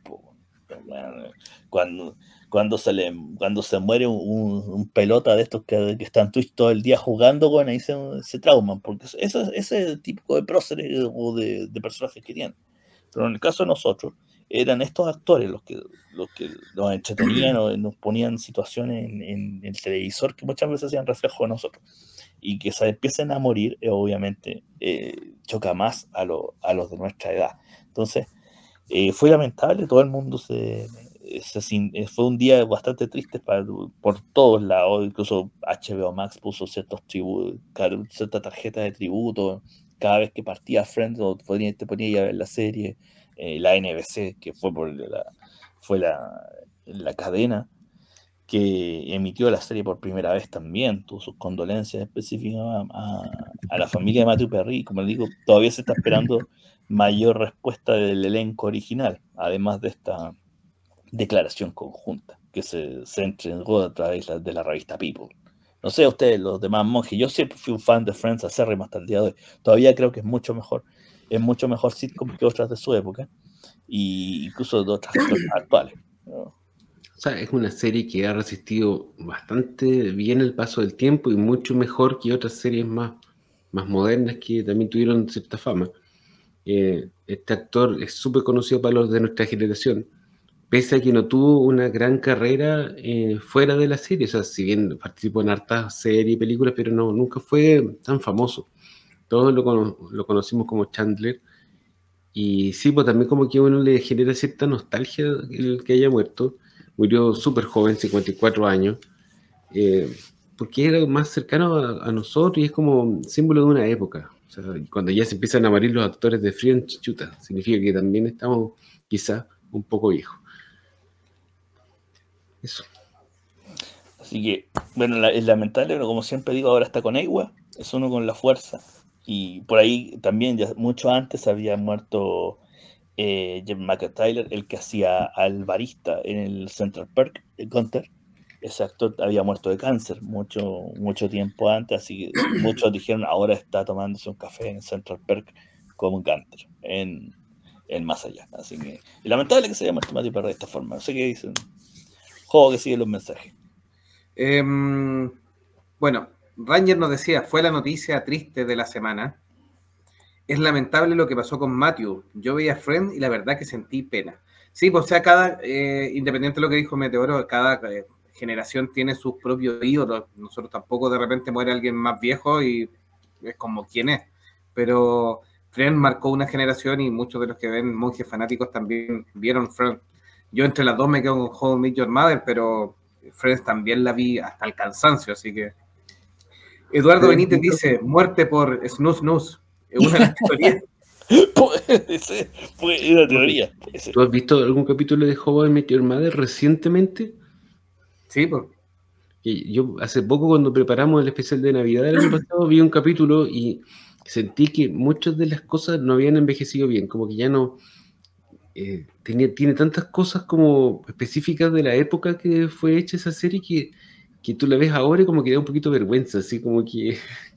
cuando se muere un pelota de estos que están Twitch todo el día jugando, bueno, ahí se trauman, porque ese es el tipo de próceres o de personajes que tienen. Pero en el caso de nosotros, eran estos actores los que nos entretenían o nos ponían situaciones en el televisor que muchas veces hacían reflejo de nosotros. Y que se empiecen a morir, obviamente, choca más a los de nuestra edad. Entonces, fue lamentable, todo el mundo fue un día bastante triste por todos lados, incluso HBO Max puso ciertas tarjetas de tributo, cada vez que partía Friends te ponía a ver la serie, la NBC, que fue la cadena que emitió la serie por primera vez también, tuvo sus condolencias específicas a la familia de Matthew Perry. Como le digo, todavía se está esperando mayor respuesta del elenco original, además de esta declaración conjunta que se entregó a través de la revista People. No sé, ustedes, los demás monjes, yo siempre fui un fan de Friends acérrimo hasta el día de hoy. Todavía creo que es mucho mejor sitcom que otras de su época, y incluso de otras actuales, ¿no? O sea, es una serie que ha resistido bastante bien el paso del tiempo y mucho mejor que otras series más modernas que también tuvieron cierta fama. Este actor es súper conocido para los de nuestra generación, pese a que no tuvo una gran carrera fuera de la serie. O sea, si bien participó en hartas series y películas, pero nunca fue tan famoso. Todos lo conocimos como Chandler. Y sí, pues también como que a uno le genera cierta nostalgia el que haya muerto. Murió súper joven, 54 años, porque era más cercano a nosotros y es como símbolo de una época. O sea, cuando ya se empiezan a morir los actores de Friends, chuta, significa que también estamos quizás un poco viejos. Eso. Así que, bueno, es lamentable, pero como siempre digo, ahora está con Ewa, es uno con la fuerza. Y por ahí también, ya mucho antes había muerto Jeff McIntyre, el que hacía al barista en el Central Park, el Gunter. Ese actor había muerto de cáncer mucho tiempo antes, así que muchos dijeron ahora está tomándose un café en Central Park como un Gunter, en más allá. Así que, y lamentable que se haya muerto Matthew Perry de esta forma. No sé qué dicen. Juego que sigue los mensajes. Bueno, Ranger nos decía, fue la noticia triste de la semana. Es lamentable lo que pasó con Matthew. Yo veía Friends y la verdad que sentí pena. Sí, pues o sea, independiente de lo que dijo Meteoro, cada generación tiene sus propios ídolos. Nosotros tampoco de repente muere alguien más viejo y es como quién es. Pero Friends marcó una generación y muchos de los que ven monjes fanáticos también vieron Friends. Yo entre las dos me quedo con How I Met Your Mother, pero Friends también la vi hasta el cansancio, así que... Eduardo Benítez dice, muerte por snus snus. Es una de las teorías. Puede ser una teoría. ¿Tú has visto algún capítulo de How I Met Your Mother recientemente? Sí, pues. Yo hace poco, cuando preparamos el especial de Navidad del año pasado, vi un capítulo y sentí que muchas de las cosas no habían envejecido bien, como que ya no... tiene tantas cosas como específicas de la época que fue hecha esa serie que tú la ves ahora y como que da un poquito de vergüenza, así como que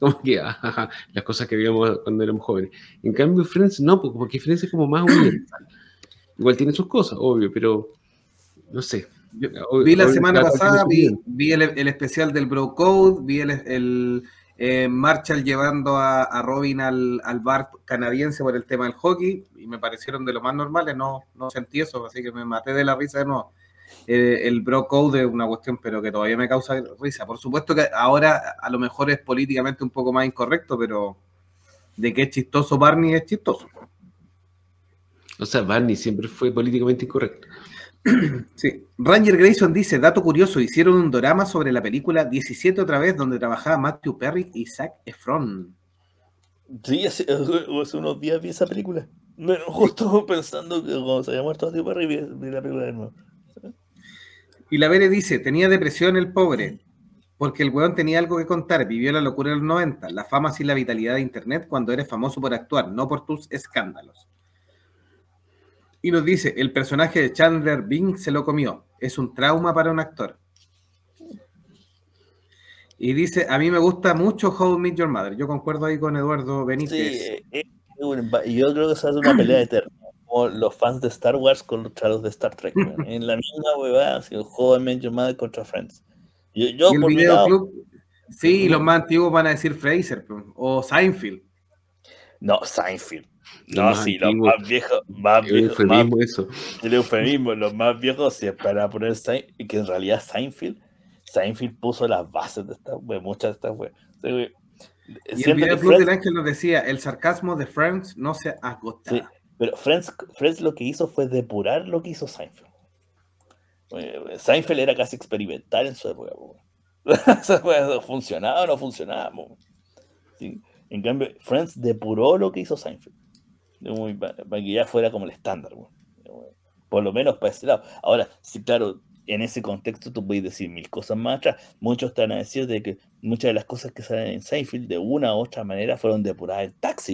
las cosas que veíamos cuando éramos jóvenes. En cambio, Friends no, porque Friends es como más universal. Igual tiene sus cosas, obvio, pero no sé. Vi la semana pasada, vi el especial del Bro Code, vi el Marshall llevando a Robin al bar canadiense por el tema del hockey y me parecieron de lo más normales, no sentí eso, así que me maté de la risa de nuevo. El Bro Code es una cuestión, pero que todavía me causa risa. Por supuesto que ahora a lo mejor es políticamente un poco más incorrecto, pero de que es chistoso Barney es chistoso. O sea, Barney siempre fue políticamente incorrecto. Sí. Ranger Grayson dice, dato curioso, hicieron un drama sobre la película 17 otra vez, donde trabajaba Matthew Perry y Zac Efron. Sí, hace unos días vi esa película. Bueno, justo pensando que cuando se había muerto Matthew Perry vi la película de nuevo. Y la Vere dice, tenía depresión el pobre, porque el weón tenía algo que contar, vivió la locura de los 90, la fama sin la vitalidad de internet cuando eres famoso por actuar, no por tus escándalos. Y nos dice, el personaje de Chandler Bing se lo comió. Es un trauma para un actor. Y dice, a mí me gusta mucho How I Met Your Mother. Yo concuerdo ahí con Eduardo Benítez. Sí, yo creo que se hace una pelea eterna. Como los fans de Star Wars contra los de Star Trek. En la misma huevada, así, How I Met Your Mother contra Friends. Yo y el por mi lado... videoclub, sí, los más antiguos van a decir Fraser o Seinfeld. No, Seinfeld. No, sí, antiguo, los más viejos, eso. El eufemismo, los más viejos, sí, para poner Seinfeld, y que en realidad Seinfeld puso las bases de esta web, muchas de estas web. Y el videoclub del Ángel nos decía, el sarcasmo de Friends no se agota. Sí, pero Friends lo que hizo fue depurar lo que hizo Seinfeld. Seinfeld era casi experimental en su época. ¿Funcionaba o no funcionaba? ¿Sí? En cambio, Friends depuró lo que hizo Seinfeld. Para que ya fuera como el estándar. Por lo menos para ese lado. Ahora, sí, claro, en ese contexto tú puedes decir mil cosas más atrás. Muchos te van a decir de que muchas de las cosas que salen en Seinfeld de una u otra manera fueron depuradas en Taxi,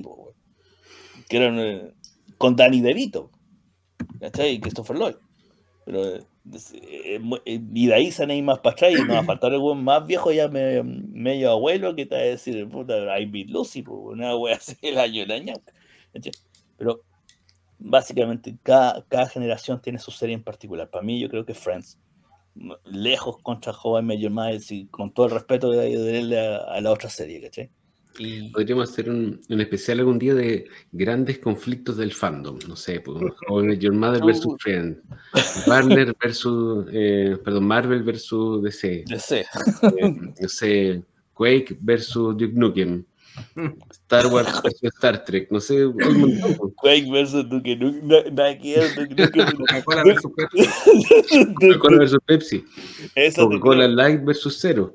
que eran con Danny DeVito, ¿cachai? Y Christopher Lloyd. Pero Y de ahí se han ido más para atrás y nos va a faltar el buen más viejo, ya medio abuelo, que te va a decir, puta, I Beat Lucy, una wea así, el año del año. Pero básicamente cada generación tiene su serie en particular. Para mí, yo creo que Friends, lejos contra How I Met Your Mother, y con todo el respeto de a la otra serie, ¿cachai? Y podríamos hacer un especial algún día de grandes conflictos del fandom, no sé, pues, How I Met Your Mother versus Friends, Warner versus, Marvel versus DC, no sé, Quake versus Duke Nukem, Star Wars versus Star Trek, no sé, hay un montón. Quake versus Duke Nukem, nada que ver, Duke Nukem. Coca-Cola versus Pepsi. Coca-Cola versus Pepsi. Coca-Cola Light versus Zero.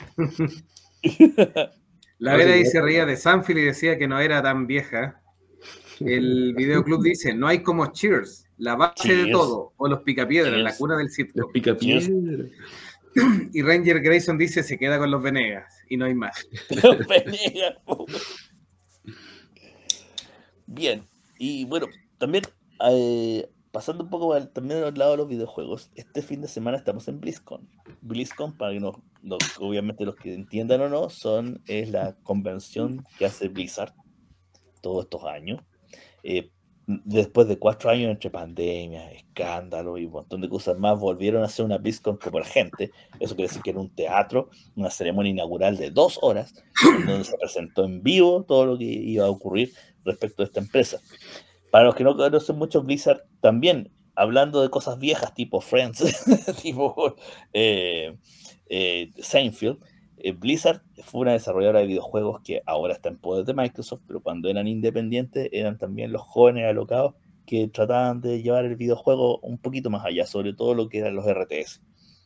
La Vera ahí se reía de Sanfield y decía que no era tan vieja. El videoclub dice, no hay como Cheers, la base de todo, o los Picapiedras, la cuna del sitcom. Los Picapiedras. Y Ranger Grayson dice, se queda con los Venegas, y no hay más. Los Venegas. Bien, y bueno, también pasando un poco también al lado de los videojuegos, este fin de semana estamos en BlizzCon. BlizzCon, para que obviamente los que entiendan o no, es la convención que hace Blizzard todos estos años. Después de 4 años entre pandemias, escándalos y un montón de cosas más, volvieron a hacer una BlizzCon como la gente. Eso quiere decir que era un teatro, una ceremonia inaugural de 2 horas, en donde se presentó en vivo todo lo que iba a ocurrir respecto a esta empresa. Para los que no conocen mucho Blizzard, también hablando de cosas viejas tipo Friends, tipo Seinfeld, Blizzard fue una desarrolladora de videojuegos que ahora está en poder de Microsoft, pero cuando eran independientes eran también los jóvenes alocados que trataban de llevar el videojuego un poquito más allá, sobre todo lo que eran los RTS,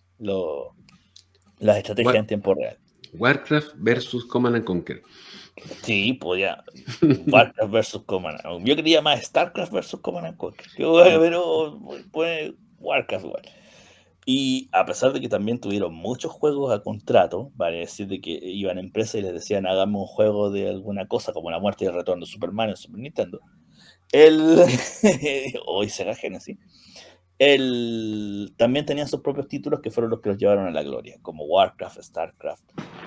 las estrategias en tiempo real. Warcraft versus Command & Conquer. Sí, podía. Warcraft versus Command. Yo quería más StarCraft versus Command & Conquer, pero pone Warcraft igual. Y a pesar de que también tuvieron muchos juegos a contrato, vale decir de que iban a empresas y les decían hagamos un juego de alguna cosa, como la muerte y el retorno de Superman en Super Nintendo, hoy Sega Genesis, también tenían sus propios títulos que fueron los que los llevaron a la gloria, como Warcraft, StarCraft,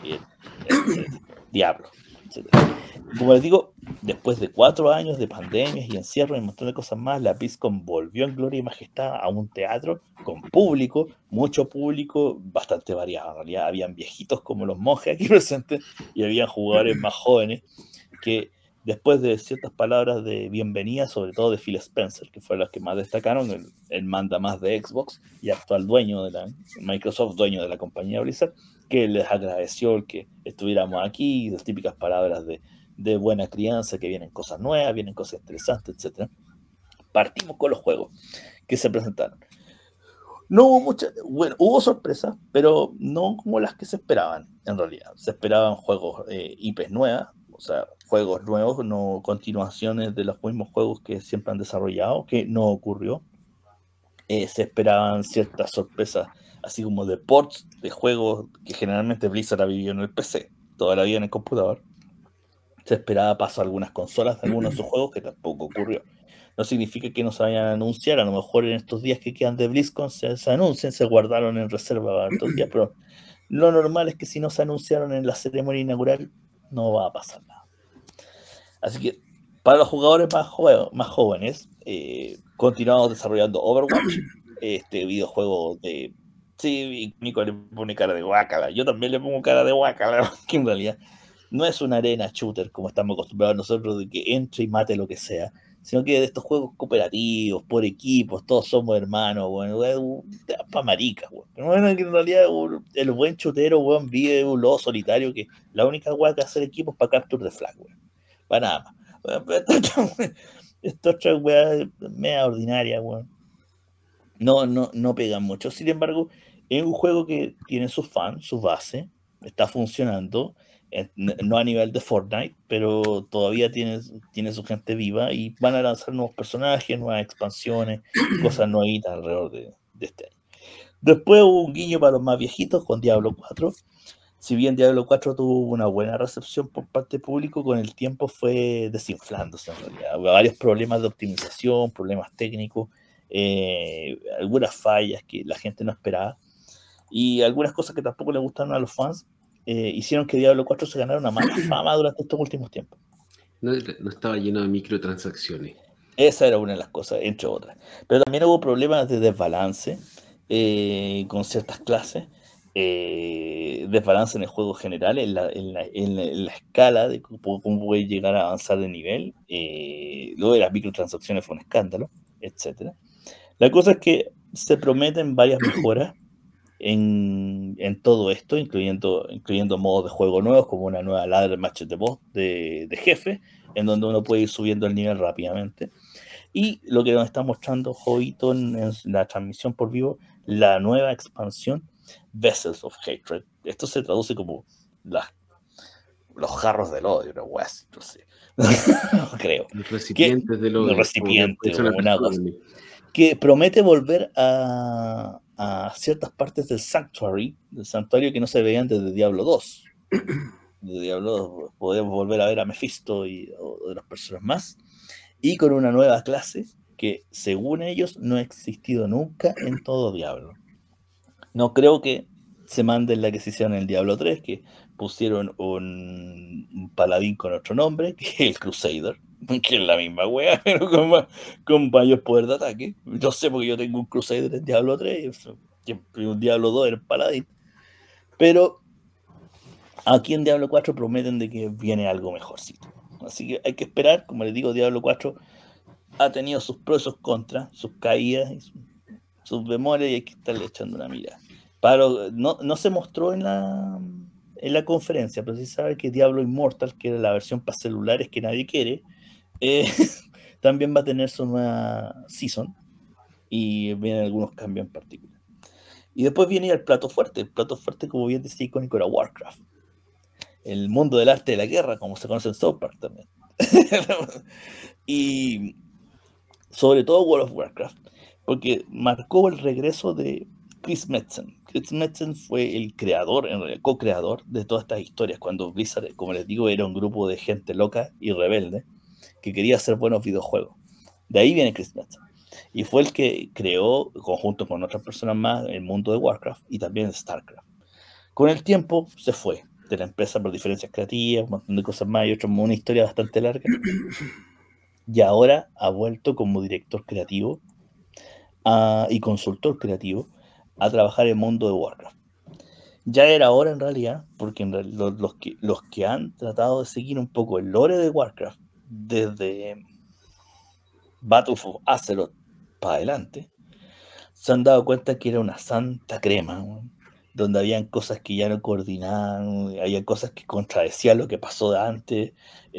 Diablo, etc. Como les digo, después de 4 años de pandemias y encierros y un montón de cosas más, la BlizzCon volvió en gloria y majestad a un teatro con público, mucho público, bastante variado. En realidad habían viejitos como los monjes aquí presentes y habían jugadores más jóvenes que después de ciertas palabras de bienvenida, sobre todo de Phil Spencer, que fue las que más destacaron, el manda más de Xbox y actual dueño de Microsoft, dueño de la compañía Blizzard, que les agradeció el que estuviéramos aquí, las típicas palabras de buena crianza, que vienen cosas nuevas, vienen cosas interesantes, etc. Partimos con los juegos que se presentaron. No hubo muchas, bueno, hubo sorpresas, pero no como las que se esperaban, en realidad. Se esperaban juegos IPs nuevas, o sea, juegos nuevos, no continuaciones de los mismos juegos que siempre han desarrollado, que no ocurrió. Se esperaban ciertas sorpresas, así como de ports de juegos que generalmente Blizzard ha vivido en el PC, toda la vida en el computador. Se esperaba paso a algunas consolas de algunos de sus juegos, que tampoco ocurrió. No significa que no se vayan a anunciar, a lo mejor en estos días que quedan de BlizzCon se anuncien, se guardaron en reserva para estos días, pero lo normal es que si no se anunciaron en la ceremonia inaugural, no va a pasar nada. Así que para los jugadores más jóvenes, continuamos desarrollando Overwatch, este videojuego de... Sí, Nico le pone cara de guácala, yo también le pongo cara de guácala, que en realidad no es una arena shooter como estamos acostumbrados nosotros de que entre y mate lo que sea, sino que de estos juegos cooperativos, por equipos, todos somos hermanos, bueno, para maricas, bueno, que en realidad el buen chutero, bueno, vive un lobo solitario que la única hueá que hacer equipos para capture de flag, bueno, para nada más. Esto otra weá media ordinaria, weón. No pegan mucho. Sin embargo, es un juego que tiene sus fans, su base, está funcionando, no a nivel de Fortnite, pero todavía tiene su gente viva y van a lanzar nuevos personajes, nuevas expansiones, cosas nuevitas alrededor de este año. Después hubo un guiño para los más viejitos con Diablo 4. Si bien Diablo 4 tuvo una buena recepción por parte del público, con el tiempo fue desinflándose en realidad. Hubo varios problemas de optimización, problemas técnicos. algunas fallas que la gente no esperaba, y algunas cosas que tampoco le gustaron a los fans, hicieron que Diablo 4 se ganara una mala fama durante estos últimos tiempos. No estaba lleno de microtransacciones. Esa era una de las cosas, entre otras. Pero también hubo problemas de desbalance con ciertas clases, desbalance en el juego general, en la escala de cómo puede llegar a avanzar de nivel. Luego de las microtransacciones fue un escándalo, etc. La cosa es que se prometen varias mejoras en todo esto, incluyendo modos de juego nuevos, como una nueva ladder match de boss de jefe, en donde uno puede ir subiendo el nivel rápidamente. Y lo que nos está mostrando Jovito en la transmisión por vivo, la nueva expansión Vessels of Hatred. Esto se traduce como los jarros del odio, ¿no? No sé. No creo. Los recipientes del odio. Recipiente, como una cosa. Que promete volver a ciertas partes del santuario que no se veían desde Diablo 2. De Diablo 2 podemos volver a ver a Mephisto y otras personas más. Y con una nueva clase que, según ellos, no ha existido nunca en todo Diablo. No creo que se manden la que se hicieron en el Diablo 3, que pusieron un paladín con otro nombre, que es el Crusader, que es la misma wea, pero con mayor poder de ataque. Yo sé porque yo tengo un Crusader en Diablo 3, y en Diablo 2 era el paladín. Pero aquí en Diablo 4 prometen de que viene algo mejorcito. Así que hay que esperar. Como les digo, Diablo 4 ha tenido sus pros y sus contras, sus caídas y sus memorias, y hay que estarle echando una mirada. Pero no se mostró en la conferencia, pero sí sabe que Diablo Immortal, que era la versión para celulares que nadie quiere, también va a tener su nueva season y vienen algunos cambios en particular. Y después viene el plato fuerte. El plato fuerte, como bien decía, icónico, era Warcraft. El mundo del arte de la guerra, como se conoce en South Park también. Y sobre todo World of Warcraft, porque marcó el regreso de Chris Metzen. Chris Metzen fue el creador, el co-creador de todas estas historias, cuando Blizzard, como les digo, era un grupo de gente loca y rebelde que quería hacer buenos videojuegos. De ahí viene Chris Metzen. Y fue el que creó, conjunto con otras personas más, el mundo de Warcraft y también StarCraft. Con el tiempo se fue de la empresa por diferencias creativas, un montón de cosas más y una historia bastante larga. Y ahora ha vuelto como director creativo y consultor creativo a trabajar en el mundo de Warcraft. Ya era hora en realidad, porque los que han tratado de seguir un poco el lore de Warcraft desde Battle for Azeroth para adelante, se han dado cuenta que era una santa crema, ¿no? Donde habían cosas que ya no coordinaban, había cosas que contradecían lo que pasó de antes,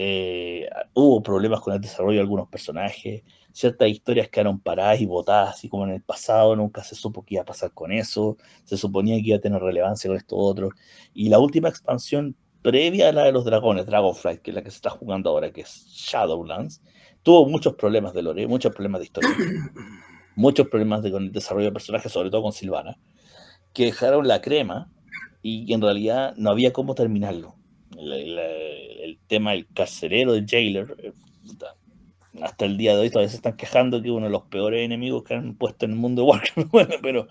hubo problemas con el desarrollo de algunos personajes, ciertas historias quedaron paradas y botadas, así como en el pasado, nunca se supo qué iba a pasar con eso, se suponía que iba a tener relevancia con esto otro, y la última expansión previa a la de los dragones, Dragonflight, que es la que se está jugando ahora, que es Shadowlands, tuvo muchos problemas de lore, muchos problemas de historia, muchos problemas con el desarrollo de personajes, sobre todo con Sylvana, que dejaron la crema y en realidad no había cómo terminarlo. El tema del carcelero de Jailer, hasta el día de hoy todavía se están quejando que uno de los peores enemigos que han puesto en el mundo de Warcraft. Bueno, pero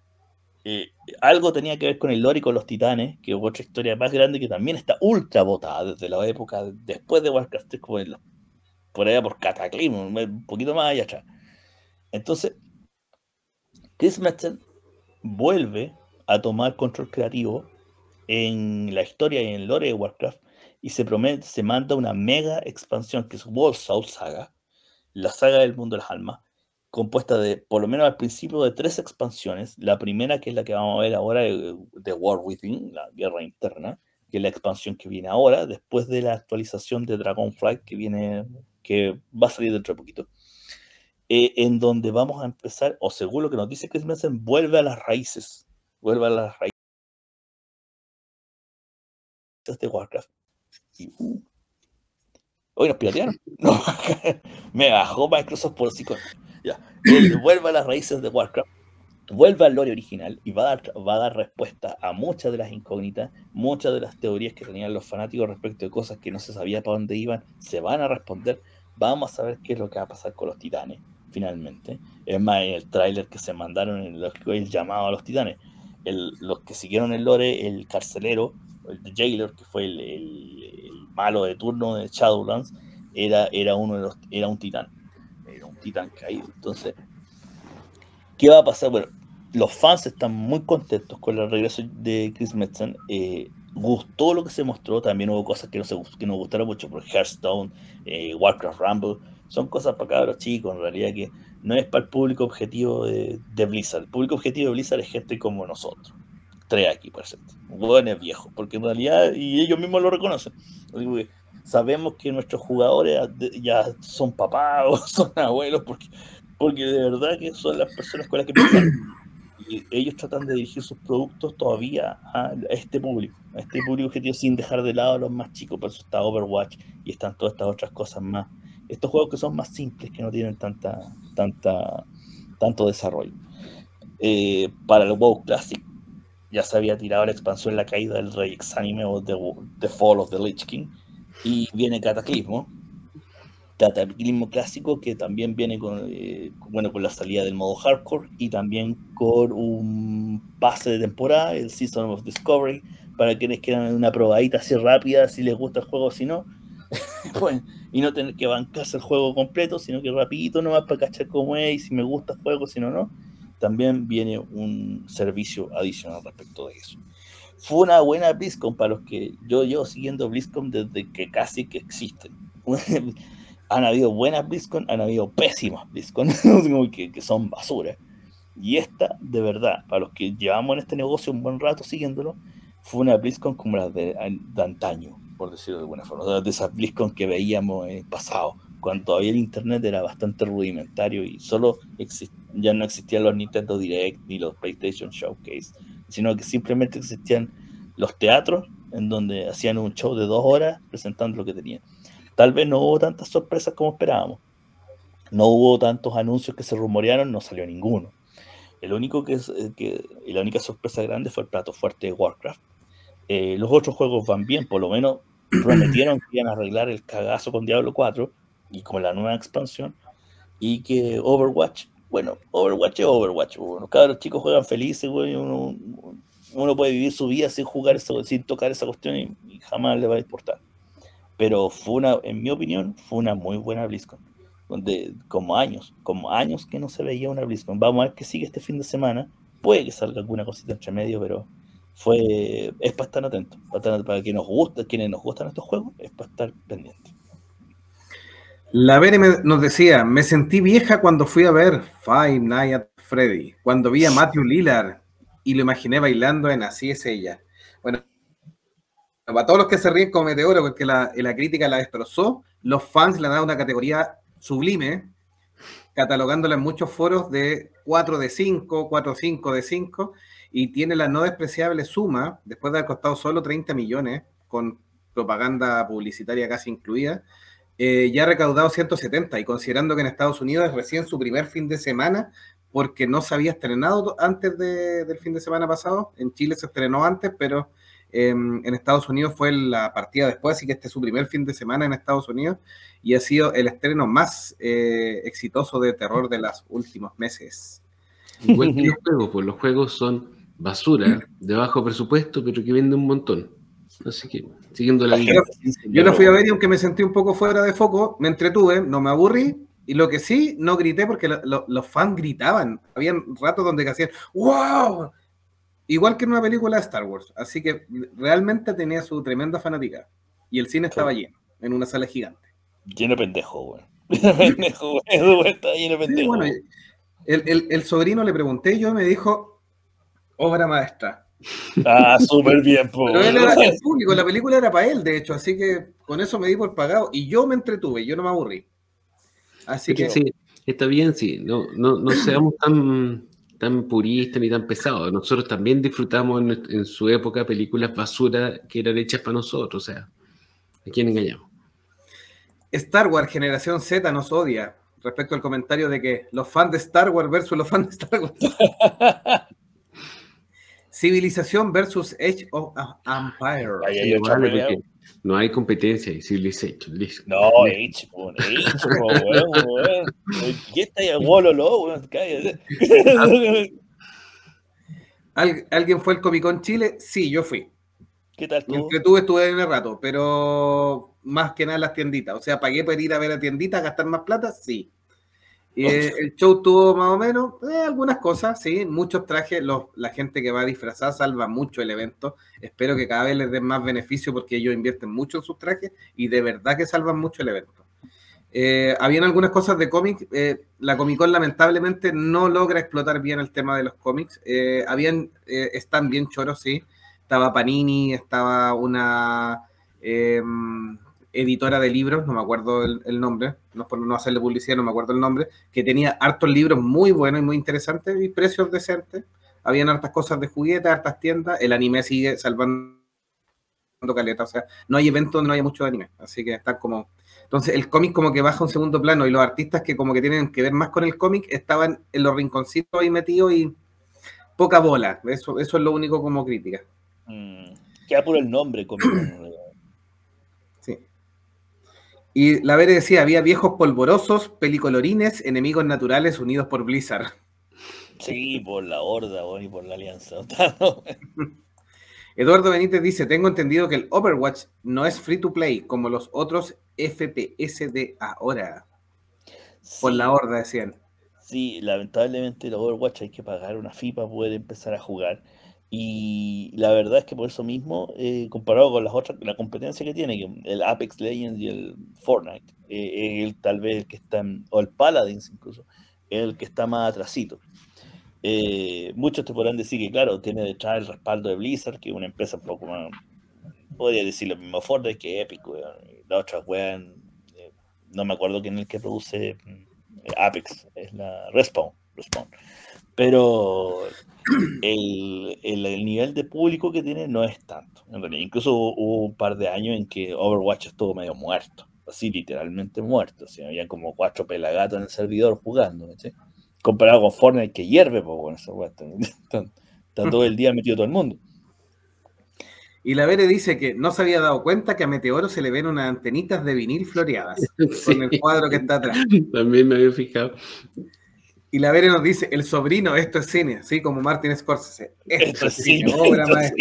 algo tenía que ver con el lore y con los titanes, que es otra historia más grande que también está ultra botada desde la época después de Warcraft 3, como por allá por Cataclysm, un poquito más allá atrás. Entonces, Chris Metzen vuelve a tomar control creativo en la historia y en el lore de Warcraft y se manda una mega expansión que es Warsoul Saga, la saga del mundo de las almas, compuesta de, por lo menos al principio, de 3 expansiones. La primera, que es la que vamos a ver ahora, de War Within, la guerra interna, que es la expansión que viene ahora, después de la actualización de Dragonflight que va a salir dentro de poquito. En donde vamos a empezar, o según lo que nos dice Chris Metzen, vuelve a las raíces de Warcraft. Y, hoy nos piratearon. No, me bajó Microsoft por psicólogo. Ya. Él vuelve a las raíces de Warcraft, vuelve al lore original y va a dar respuesta a muchas de las incógnitas, muchas de las teorías que tenían los fanáticos respecto de cosas que no se sabía para dónde iban, se van a responder. Vamos a saber qué es lo que va a pasar con los titanes, finalmente. Es más, en el tráiler que se mandaron, el llamado a los titanes, los que siguieron el lore, el carcelero, el The Jailer, que fue el malo de turno de Shadowlands, era un titán. Era un titán caído. Entonces, ¿qué va a pasar? Bueno, los fans están muy contentos con el regreso de Chris Metzen. Gustó lo que se mostró. También hubo cosas que no gustaron mucho, por Hearthstone, Warcraft Rumble. Son cosas para cabros chicos, en realidad, que no es para el público objetivo de Blizzard. El público objetivo de Blizzard es gente como nosotros. 3 aquí, por ejemplo. Hueones viejos, porque en realidad, y ellos mismos lo reconocen. Sabemos que nuestros jugadores ya son papás o son abuelos, porque de verdad que son las personas con las que piensan. Y ellos tratan de dirigir sus productos todavía a este público objetivo, sin dejar de lado a los más chicos. Por eso está Overwatch y están todas estas otras cosas más. Estos juegos que son más simples, que no tienen tanto desarrollo. Para el WoW Classic ya se había tirado la expansión La Caída del Rey Exánime o The Fall of the Lich King, y viene Cataclismo clásico, que también viene con la salida del modo hardcore y también con un pase de temporada, el Season of Discovery, para quienes quieran una probadita así rápida, si les gusta el juego, si no, pues, y no tener que bancarse el juego completo, sino que rapidito nomás para cachar cómo es, y si me gusta el juego, si no, no. También viene un servicio adicional respecto de eso. Fue una buena BlizzCon para los que yo llevo siguiendo BlizzCon desde que casi que existen. Han habido buenas BlizzCon, han habido pésimas BlizzCon, que son basura. Y esta, de verdad, para los que llevamos en este negocio un buen rato siguiéndolo, fue una BlizzCon como las de antaño, por decirlo de alguna forma, de esas BlizzCon que veíamos en el pasado, cuando todavía el internet era bastante rudimentario y solo ya no existían los Nintendo Direct ni los PlayStation Showcase, sino que simplemente existían los teatros en donde hacían un show de 2 horas presentando lo que tenían. Tal vez no hubo tantas sorpresas como esperábamos. No hubo tantos anuncios que se rumorearon, no salió ninguno. La única sorpresa grande fue el plato fuerte de Warcraft. Los otros juegos van bien, por lo menos prometieron que iban a arreglar el cagazo con Diablo 4 y con la nueva expansión, y que Overwatch es Overwatch. Los cabros chicos juegan felices, güey, uno puede vivir su vida sin jugar sin tocar esa cuestión y jamás le va a importar. Pero en mi opinión, fue una muy buena BlizzCon, donde como años que no se veía una BlizzCon. Vamos a ver qué sigue este fin de semana. Puede que salga alguna cosita entre medio, pero es para estar atentos, para quienes nos gustan estos juegos, es para estar pendiente. La Bere nos decía, me sentí vieja cuando fui a ver Five Nights at Freddy, cuando vi a Matthew Lillard y lo imaginé bailando en Así es ella. Bueno, para todos los que se ríen como Meteoro, porque la crítica la destrozó, los fans le han dado una categoría sublime, catalogándola en muchos foros de 4 de 5, 4-5 de 5, y tiene la no despreciable suma, después de haber costado solo 30 millones, con propaganda publicitaria casi incluida, ya ha recaudado 170, y considerando que en Estados Unidos es recién su primer fin de semana, porque no se había estrenado antes del fin de semana pasado, en Chile se estrenó antes, pero en Estados Unidos fue la partida después, así que este es su primer fin de semana en Estados Unidos, y ha sido el estreno más exitoso de terror de los últimos meses. Igual que los juegos, pues los juegos son basura, de bajo presupuesto, pero que venden un montón. Así que, siguiendo la línea. Yo lo fui a ver y aunque me sentí un poco fuera de foco, me entretuve, no me aburrí, y lo que sí, no grité porque los fans gritaban. Habían ratos donde hacían ¡wow! Igual que en una película de Star Wars. Así que realmente tenía su tremenda fanática. Y el cine estaba lleno, en una sala gigante. Lleno de pendejo, güey. Está lleno de pendejo. Sí, bueno, el sobrino le pregunté, yo me dijo, obra maestra. Ah, súper bien, po. Pero él era el público, la película era para él, de hecho, así que con eso me di por pagado. Y yo me entretuve, yo no me aburrí. Así que sí, está bien, sí. No seamos tan puristas ni tan pesados. Nosotros también disfrutamos en su época películas basura que eran hechas para nosotros. O sea, ¿a quién engañamos? Star Wars Generación Z nos odia respecto al comentario de que los fans de Star Wars versus los fans de Star Wars. Civilización versus Age of Empire. Ahí hay otra pelea. No hay competencia y Civilization, listo. No, Age, weón. ¿Qué está ahí? Wololo, weón, cállate. ¿Alguien fue al Comic Con Chile? Sí, yo fui. ¿Qué tal tú? Estuve en el rato, pero más que nada en las tienditas. O sea, pagué por ir a ver a tienditas, gastar más plata, sí. El show tuvo más o menos algunas cosas, sí, muchos trajes. La gente que va disfrazada salva mucho el evento. Espero que cada vez les den más beneficio porque ellos invierten mucho en sus trajes y de verdad que salvan mucho el evento. Habían algunas cosas de cómics. La Comic Con lamentablemente no logra explotar bien el tema de los cómics. Están bien choros, sí. Estaba Panini, estaba una editora de libros, no me acuerdo el nombre, no es por no hacerle publicidad, no me acuerdo el nombre, que tenía hartos libros muy buenos y muy interesantes y precios decentes. Habían hartas cosas de juguetes, hartas tiendas. El anime sigue salvando caleta, o sea, no hay evento donde no haya mucho anime, así que están como... Entonces el cómic como que baja a un segundo plano y los artistas que como que tienen que ver más con el cómic estaban en los rinconcitos ahí metidos y poca bola. Eso es lo único como crítica. Queda puro el nombre, Comic Con. Sí. Y la Vere decía, había viejos polvorosos, pelicolorines, enemigos naturales unidos por Blizzard. Sí, por la horda, bueno, y por la alianza. Eduardo Benítez dice, tengo entendido que el Overwatch no es free to play como los otros FPS de ahora. Sí. Por la horda, decían. Sí, lamentablemente el Overwatch hay que pagar una fee para poder empezar a jugar. Y la verdad es que por eso mismo, comparado con las otras, la competencia que tiene, que el Apex Legends y el Fortnite, tal vez el que está, o el Paladins incluso, el que está más atrasito. Muchos te podrán decir que, claro, tiene detrás el respaldo de Blizzard, que es una empresa un poco más, podría decir lo mismo Fortnite que Epic, weón. La otra, weón, no me acuerdo quién es el que produce Apex, es la Respawn. Pero el nivel de público que tiene no es tanto. En realidad, incluso hubo un par de años en que Overwatch estuvo medio muerto, así literalmente muerto. O sea, había como 4 pelagatos en el servidor jugando, ¿sí? Comparado con Fortnite que hierve, pues bueno, esa weá está todo el día metido todo el mundo. Y la Vere dice que no se había dado cuenta que a Meteoro se le ven unas antenitas de vinil floreadas sí. Con el cuadro que está atrás. También me había fijado. Y la Vere nos dice, el sobrino, esto es cine, ¿sí? Como Martin Scorsese. Esto es cine, obra maestra.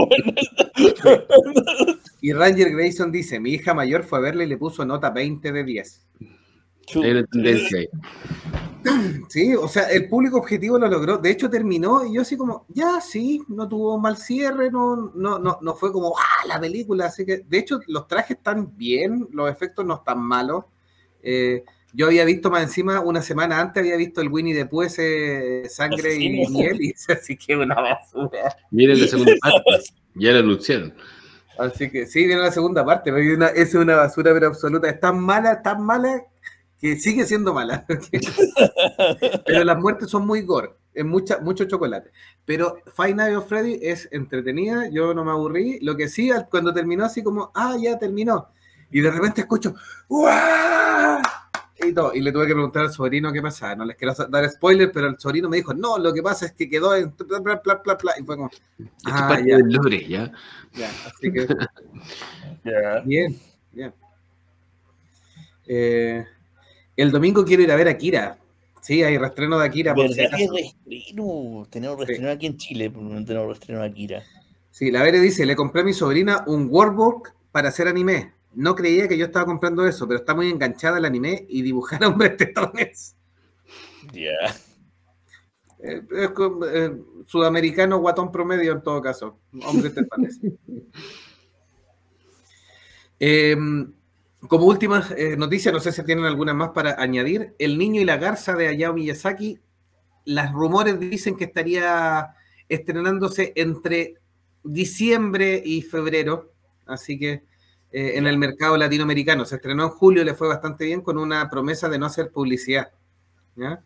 Y Ranger Grayson dice, mi hija mayor fue a verle y le puso nota 20 de 10. Hay una tendencia ahí. Sí, o sea, el público objetivo lo logró. De hecho, terminó y yo así como, ya, sí, no tuvo mal cierre, no fue como, la película. Así que, de hecho, los trajes están bien, los efectos no están malos. Yo había visto más encima, una semana antes había visto el Winnie the Pooh, sangre y miel, y así que una basura. Miren la segunda parte, ya la anunciaron. Así que sí, viene la segunda parte, pero es una basura, pero absoluta. Es tan mala, que sigue siendo mala. Pero las muertes son muy gore, es mucho chocolate. Pero Five Nights at Freddy es entretenida, yo no me aburrí. Lo que sí, cuando terminó así como, ya terminó. Y de repente escucho, ¡guau! Y todo. Y le tuve que preguntar al sobrino qué pasaba. No les quiero dar spoiler, pero el sobrino me dijo, no, lo que pasa es que quedó en y fue como, parte del lore, ¿ya? Ya, así que bien. El domingo quiero ir a ver a Akira. Sí, hay reestreno de Akira. ¿Verdad que hay reestreno? Tenemos reestreno aquí en Chile, pero no tenemos reestreno de Akira. Sí, la Vere dice, le compré a mi sobrina un workbook para hacer anime. No creía que yo estaba comprando eso, pero está muy enganchada al anime y dibujar a hombres tetones. Ya. Es sudamericano guatón promedio en todo caso. Hombres tetones. Como última noticia, no sé si tienen alguna más para añadir. El niño y la garza de Hayao Miyazaki, los rumores dicen que estaría estrenándose entre diciembre y febrero, así que en el mercado latinoamericano. Se estrenó en julio, le fue bastante bien con una promesa de no hacer publicidad, ¿ya?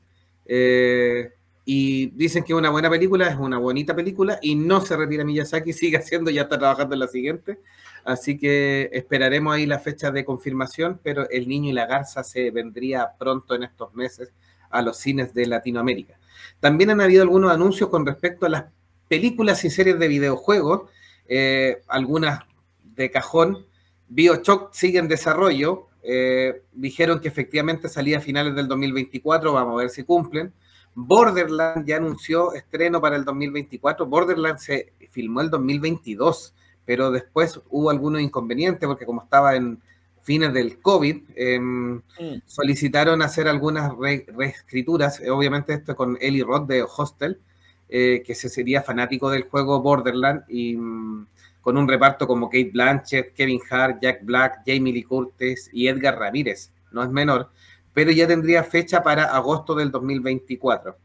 Y dicen que es una buena película, es una bonita película y no se retira Miyazaki, sigue haciendo, ya está trabajando en la siguiente. Así que esperaremos ahí la fecha de confirmación, pero El niño y la garza se vendría pronto en estos meses a los cines de Latinoamérica. También han habido algunos anuncios con respecto a las películas y series de videojuegos, algunas de cajón. BioShock sigue en desarrollo. Dijeron que efectivamente salía a finales del 2024, vamos a ver si cumplen. Borderlands ya anunció estreno para el 2024. Borderlands se filmó el 2022, pero después hubo algunos inconvenientes porque como estaba en fines del COVID, solicitaron hacer algunas reescrituras. Obviamente esto con Eli Roth de Hostel, que se sería fanático del juego Borderlands y con un reparto como Cate Blanchett, Kevin Hart, Jack Black, Jamie Lee Curtis y Edgar Ramírez. No es menor, pero ya tendría fecha para agosto del 2024.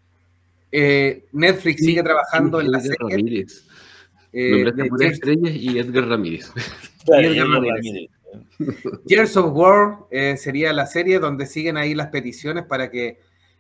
Netflix sigue trabajando en la serie. Ramírez. Nombraste puras estrellas y Edgar Ramírez. Y Edgar Ramírez. Gears of War sería la serie donde siguen ahí las peticiones para que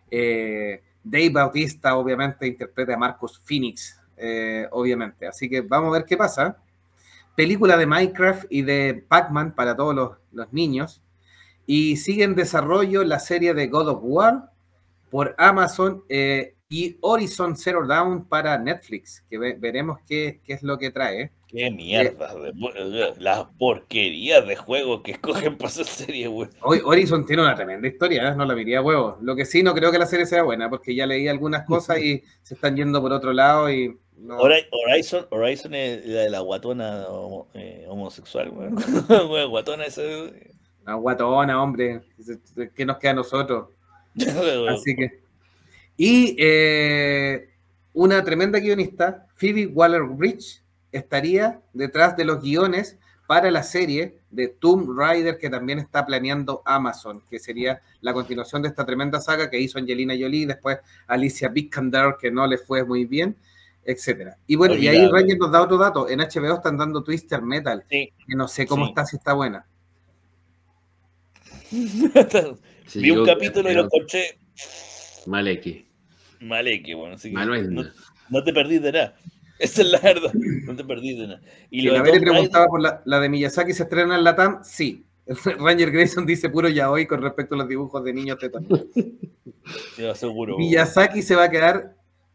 Dave Bautista obviamente interprete a Marcus Phoenix, obviamente. Así que vamos a ver qué pasa. Película de Minecraft y de Pac-Man para todos los niños. Y sigue en desarrollo la serie de God of War por Amazon y Horizon Zero Dawn para Netflix, que veremos qué es lo que trae. Qué mierda, las porquerías de juegos que escogen para esa serie, güey. Horizon tiene una tremenda historia, no la miría a huevo. Lo que sí, no creo que la serie sea buena, porque ya leí algunas cosas y se están yendo por otro lado y... No. Horizon es la de la guatona homosexual, güey. Guatona esa... Una guatona, hombre. ¿Qué nos queda a nosotros? Así que... Y una tremenda guionista, Phoebe Waller-Bridge, estaría detrás de los guiones para la serie de Tomb Raider que también está planeando Amazon, que sería la continuación de esta tremenda saga que hizo Angelina Jolie, después Alicia Vikander, que no le fue muy bien, etcétera. Y bueno, y ahí Ranger nos da otro dato, en HBO están dando Twister Metal, que no sé cómo está, si está buena. Vi un capítulo y lo escuché. Maleque, bueno, así que no te perdís de nada. Esa es la verdad, no te perdís de nada. Y la Bere preguntaba por la de Miyazaki, ¿se estrena en Latam? Sí. El Ranger Grayson dice puro yaoi con respecto a los dibujos de niños tetones. Seguro. Miyazaki se va a quedar...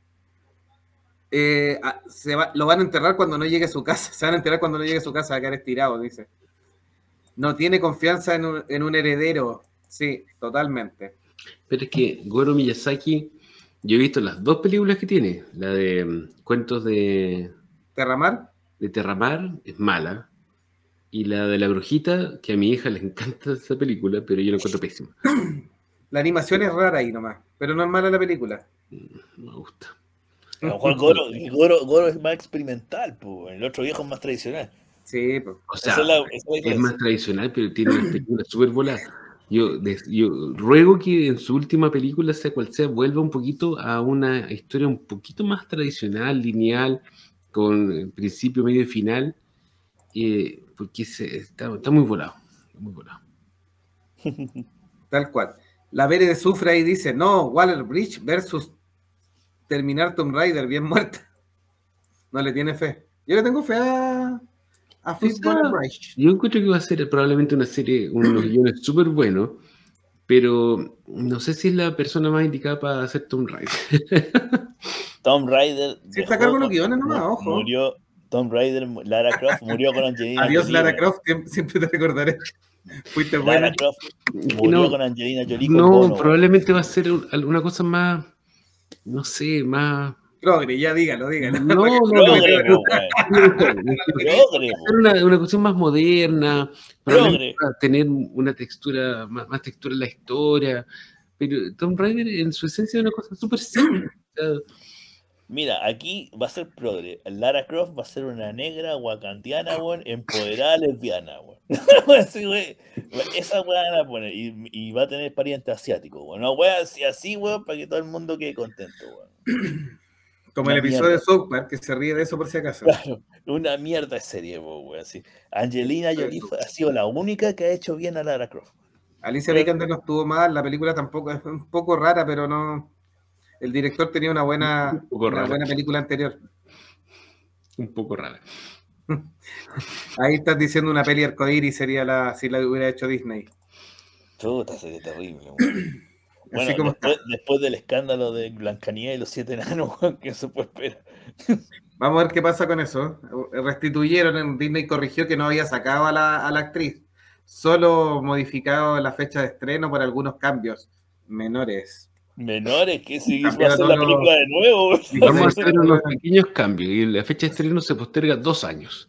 lo van a enterrar cuando no llegue a su casa. Se van a enterrar cuando no llegue a su casa, va a quedar estirado, dice. No tiene confianza en un heredero. Sí, totalmente. Pero es que Goro Miyazaki, yo he visto las dos películas que tiene. La de Cuentos de Terramar. De Terramar es mala. Y la de La Brujita, que a mi hija le encanta esa película, pero yo la encuentro pésima. La animación es rara ahí nomás, pero no es mala la película. No me gusta. A lo mejor Goro es más experimental, pues. El otro viejo es más tradicional. Sí, pues. O sea, es más tradicional, pero tiene unas películas súper voladas. Yo ruego que en su última película, sea cual sea, vuelva un poquito a una historia un poquito más tradicional, lineal, con principio, medio y final, porque está muy volado. Muy volado. Tal cual. La Bere de Sufra ahí dice, no, Waller-Bridge versus terminar Tomb Raider bien muerta. No le tiene fe. Yo le tengo fe a Phoebe Waller-Bridge. Yo encuentro que va a ser probablemente una serie, unos guiones súper buenos, pero no sé si es la persona más indicada para hacer Tomb Raider. Tomb Raider... Si está a cargo los guiones nomás, ojo. Murió Tomb Raider, Lara Croft murió con Angelina Jolie. Adiós, Jolie, Lara Croft, siempre te recordaré. Fuiste Lara buena. Croft murió con Angelina Jolie. No, probablemente va a ser alguna cosa más, no sé, más... Progre, ya dígalo. No, una cuestión más moderna, para tener una textura, más textura en la historia, pero Tomb Raider en su esencia es una cosa súper simple. Mira, aquí va a ser progre. Lara Croft va a ser una negra wakandiana, weón, empoderada lesbiana, weón. Esa weá van a poner y va a tener pariente asiático, weón. Una weá así, weón, para que todo el mundo quede contento, weón. Como el episodio de South Park, que se ríe de eso por si acaso. Claro, una mierda de serie, weón. Así. Angelina Jolie ha sido la única que ha hecho bien a Lara Croft. Alicia Vikander no estuvo mal, la película tampoco es un poco rara, pero no. El director tenía una buena película anterior. Un poco rara. Ahí estás diciendo una peli arcoíris sería si la hubiera hecho Disney. Chuta, sería terrible, weón. Bueno, después del escándalo de Blancanieves y los 7 enanos, que se puede esperar. Vamos a ver qué pasa con eso. Restituyeron, en Disney corrigió que no había sacado a la actriz, solo modificado la fecha de estreno por algunos cambios menores. Menores, que si va a Cambiaron hacer la película de nuevo. Vamos a hacer unos pequeños cambios y la fecha de estreno se posterga 2 años.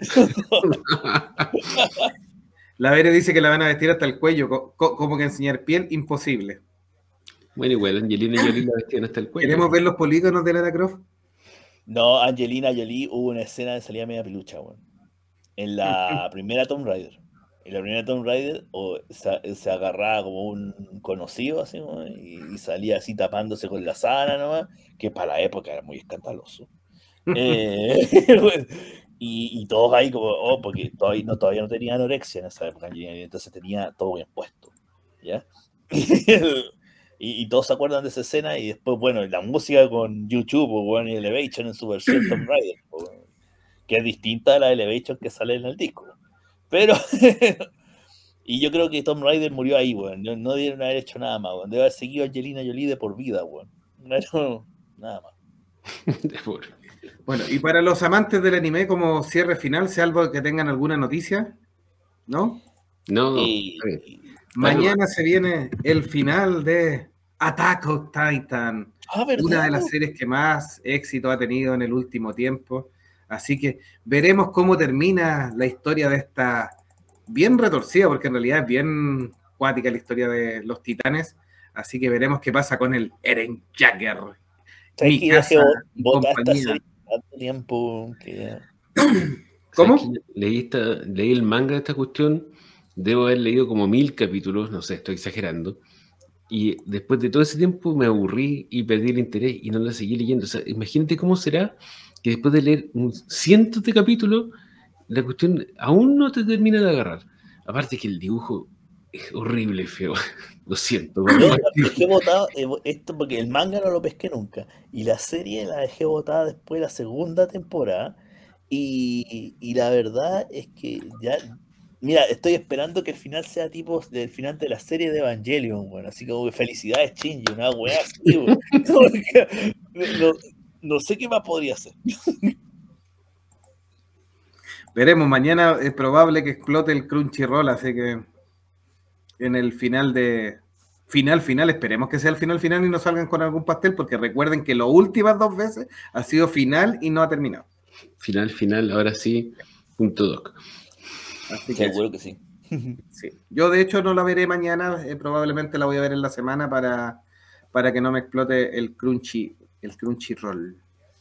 La Vere dice que la van a vestir hasta el cuello, como que enseñar piel, imposible. Bueno, igual Angelina Jolie la vestían hasta el cuello. ¿Queremos ver los polígonos de Lara Croft? No, Angelina Jolie hubo una escena de salida media pelucha, weón. En la primera Tomb Raider. En la primera Tomb Raider se agarraba como un conocido así, weón, y salía así tapándose con la sábana nomás, que para la época era muy escandaloso. Y todos ahí como, porque todavía no tenía anorexia en esa época, entonces tenía todo bien puesto, ¿ya? Y todos se acuerdan de esa escena, y después, bueno, la música con YouTube, bueno, y Elevation en su versión Tomb Raider, que es distinta a la Elevation que sale en el disco. Pero, y yo creo que Tomb Raider murió ahí, weón. No debieron haber hecho nada más, weón. Debe haber seguido a Angelina Jolie de por vida, weón. No, nada más. Bueno, y para los amantes del anime, como cierre final, sea algo que tengan alguna noticia, ¿no? No. Mañana se viene el final de Attack on Titan, una de las series que más éxito ha tenido en el último tiempo. Así que veremos cómo termina la historia de esta, bien retorcida, porque en realidad es bien cuática la historia de los titanes. Así que veremos qué pasa con el Eren Jaeger. Mi casa y compañía. Tanto tiempo que... ¿Cómo? Leí el manga de esta cuestión, debo haber leído como 1000 capítulos, no sé, estoy exagerando, y después de todo ese tiempo me aburrí y perdí el interés y no la seguí leyendo. O sea, imagínate cómo será que después de leer cientos de capítulos, la cuestión aún no te termina de agarrar. Aparte que el dibujo es horrible, feo. Lo siento. Yo dejé botado esto porque el manga no lo pesqué nunca. Y la serie la dejé botada después de la segunda temporada. Y la verdad es que ya... Mira, estoy esperando que el final sea tipo del final de la serie de Evangelion, bueno, así como que felicidades Shinji, una weá así, no sé qué más podría hacer. Veremos, mañana es probable que explote el Crunchyroll, así que en el final esperemos que sea el final y no salgan con algún pastel, porque recuerden que las últimas 2 veces ha sido final y no ha terminado. Final, ahora sí, .doc. Así que seguro que sí. Sí. Yo de hecho no la veré mañana, probablemente la voy a ver en la semana para que no me explote el Crunchyroll.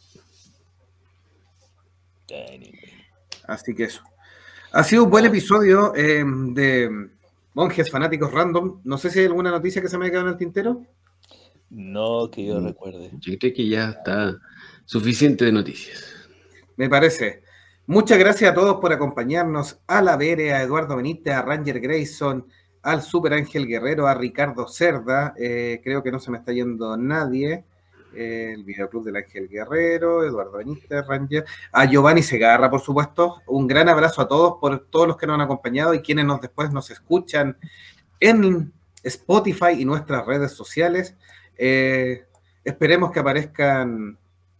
Así que eso. Ha sido un buen episodio de Monjes Fanáticos Random. No sé si hay alguna noticia que se me haya quedado en el tintero. No, que yo recuerde. Yo creo que ya está suficiente de noticias. Me parece. Muchas gracias a todos por acompañarnos, a la Vere, a Eduardo Benítez, a Ranger Grayson, al Super Ángel Guerrero, a Ricardo Cerda, creo que no se me está yendo nadie, el Videoclub del Ángel Guerrero, Eduardo Benítez, Ranger, a Giovanni Segarra, por supuesto. Un gran abrazo a todos, por todos los que nos han acompañado y quienes después nos escuchan en Spotify y nuestras redes sociales. Esperemos que aparezcan...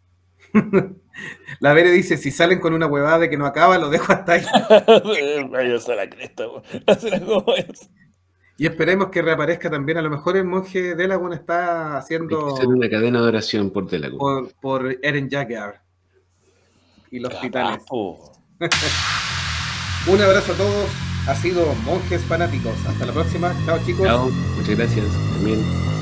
La Vere dice, si salen con una huevada de que no acaba, lo dejo hasta ahí. La cresta, y esperemos que reaparezca también. A lo mejor el monje Delagun está haciendo... hacer una cadena de oración por Delagun. Por Eren Jaeger y los titanes. Un abrazo a todos. Ha sido Monjes Fanáticos. Hasta la próxima. Chao, chicos. Chao. Muchas gracias. También.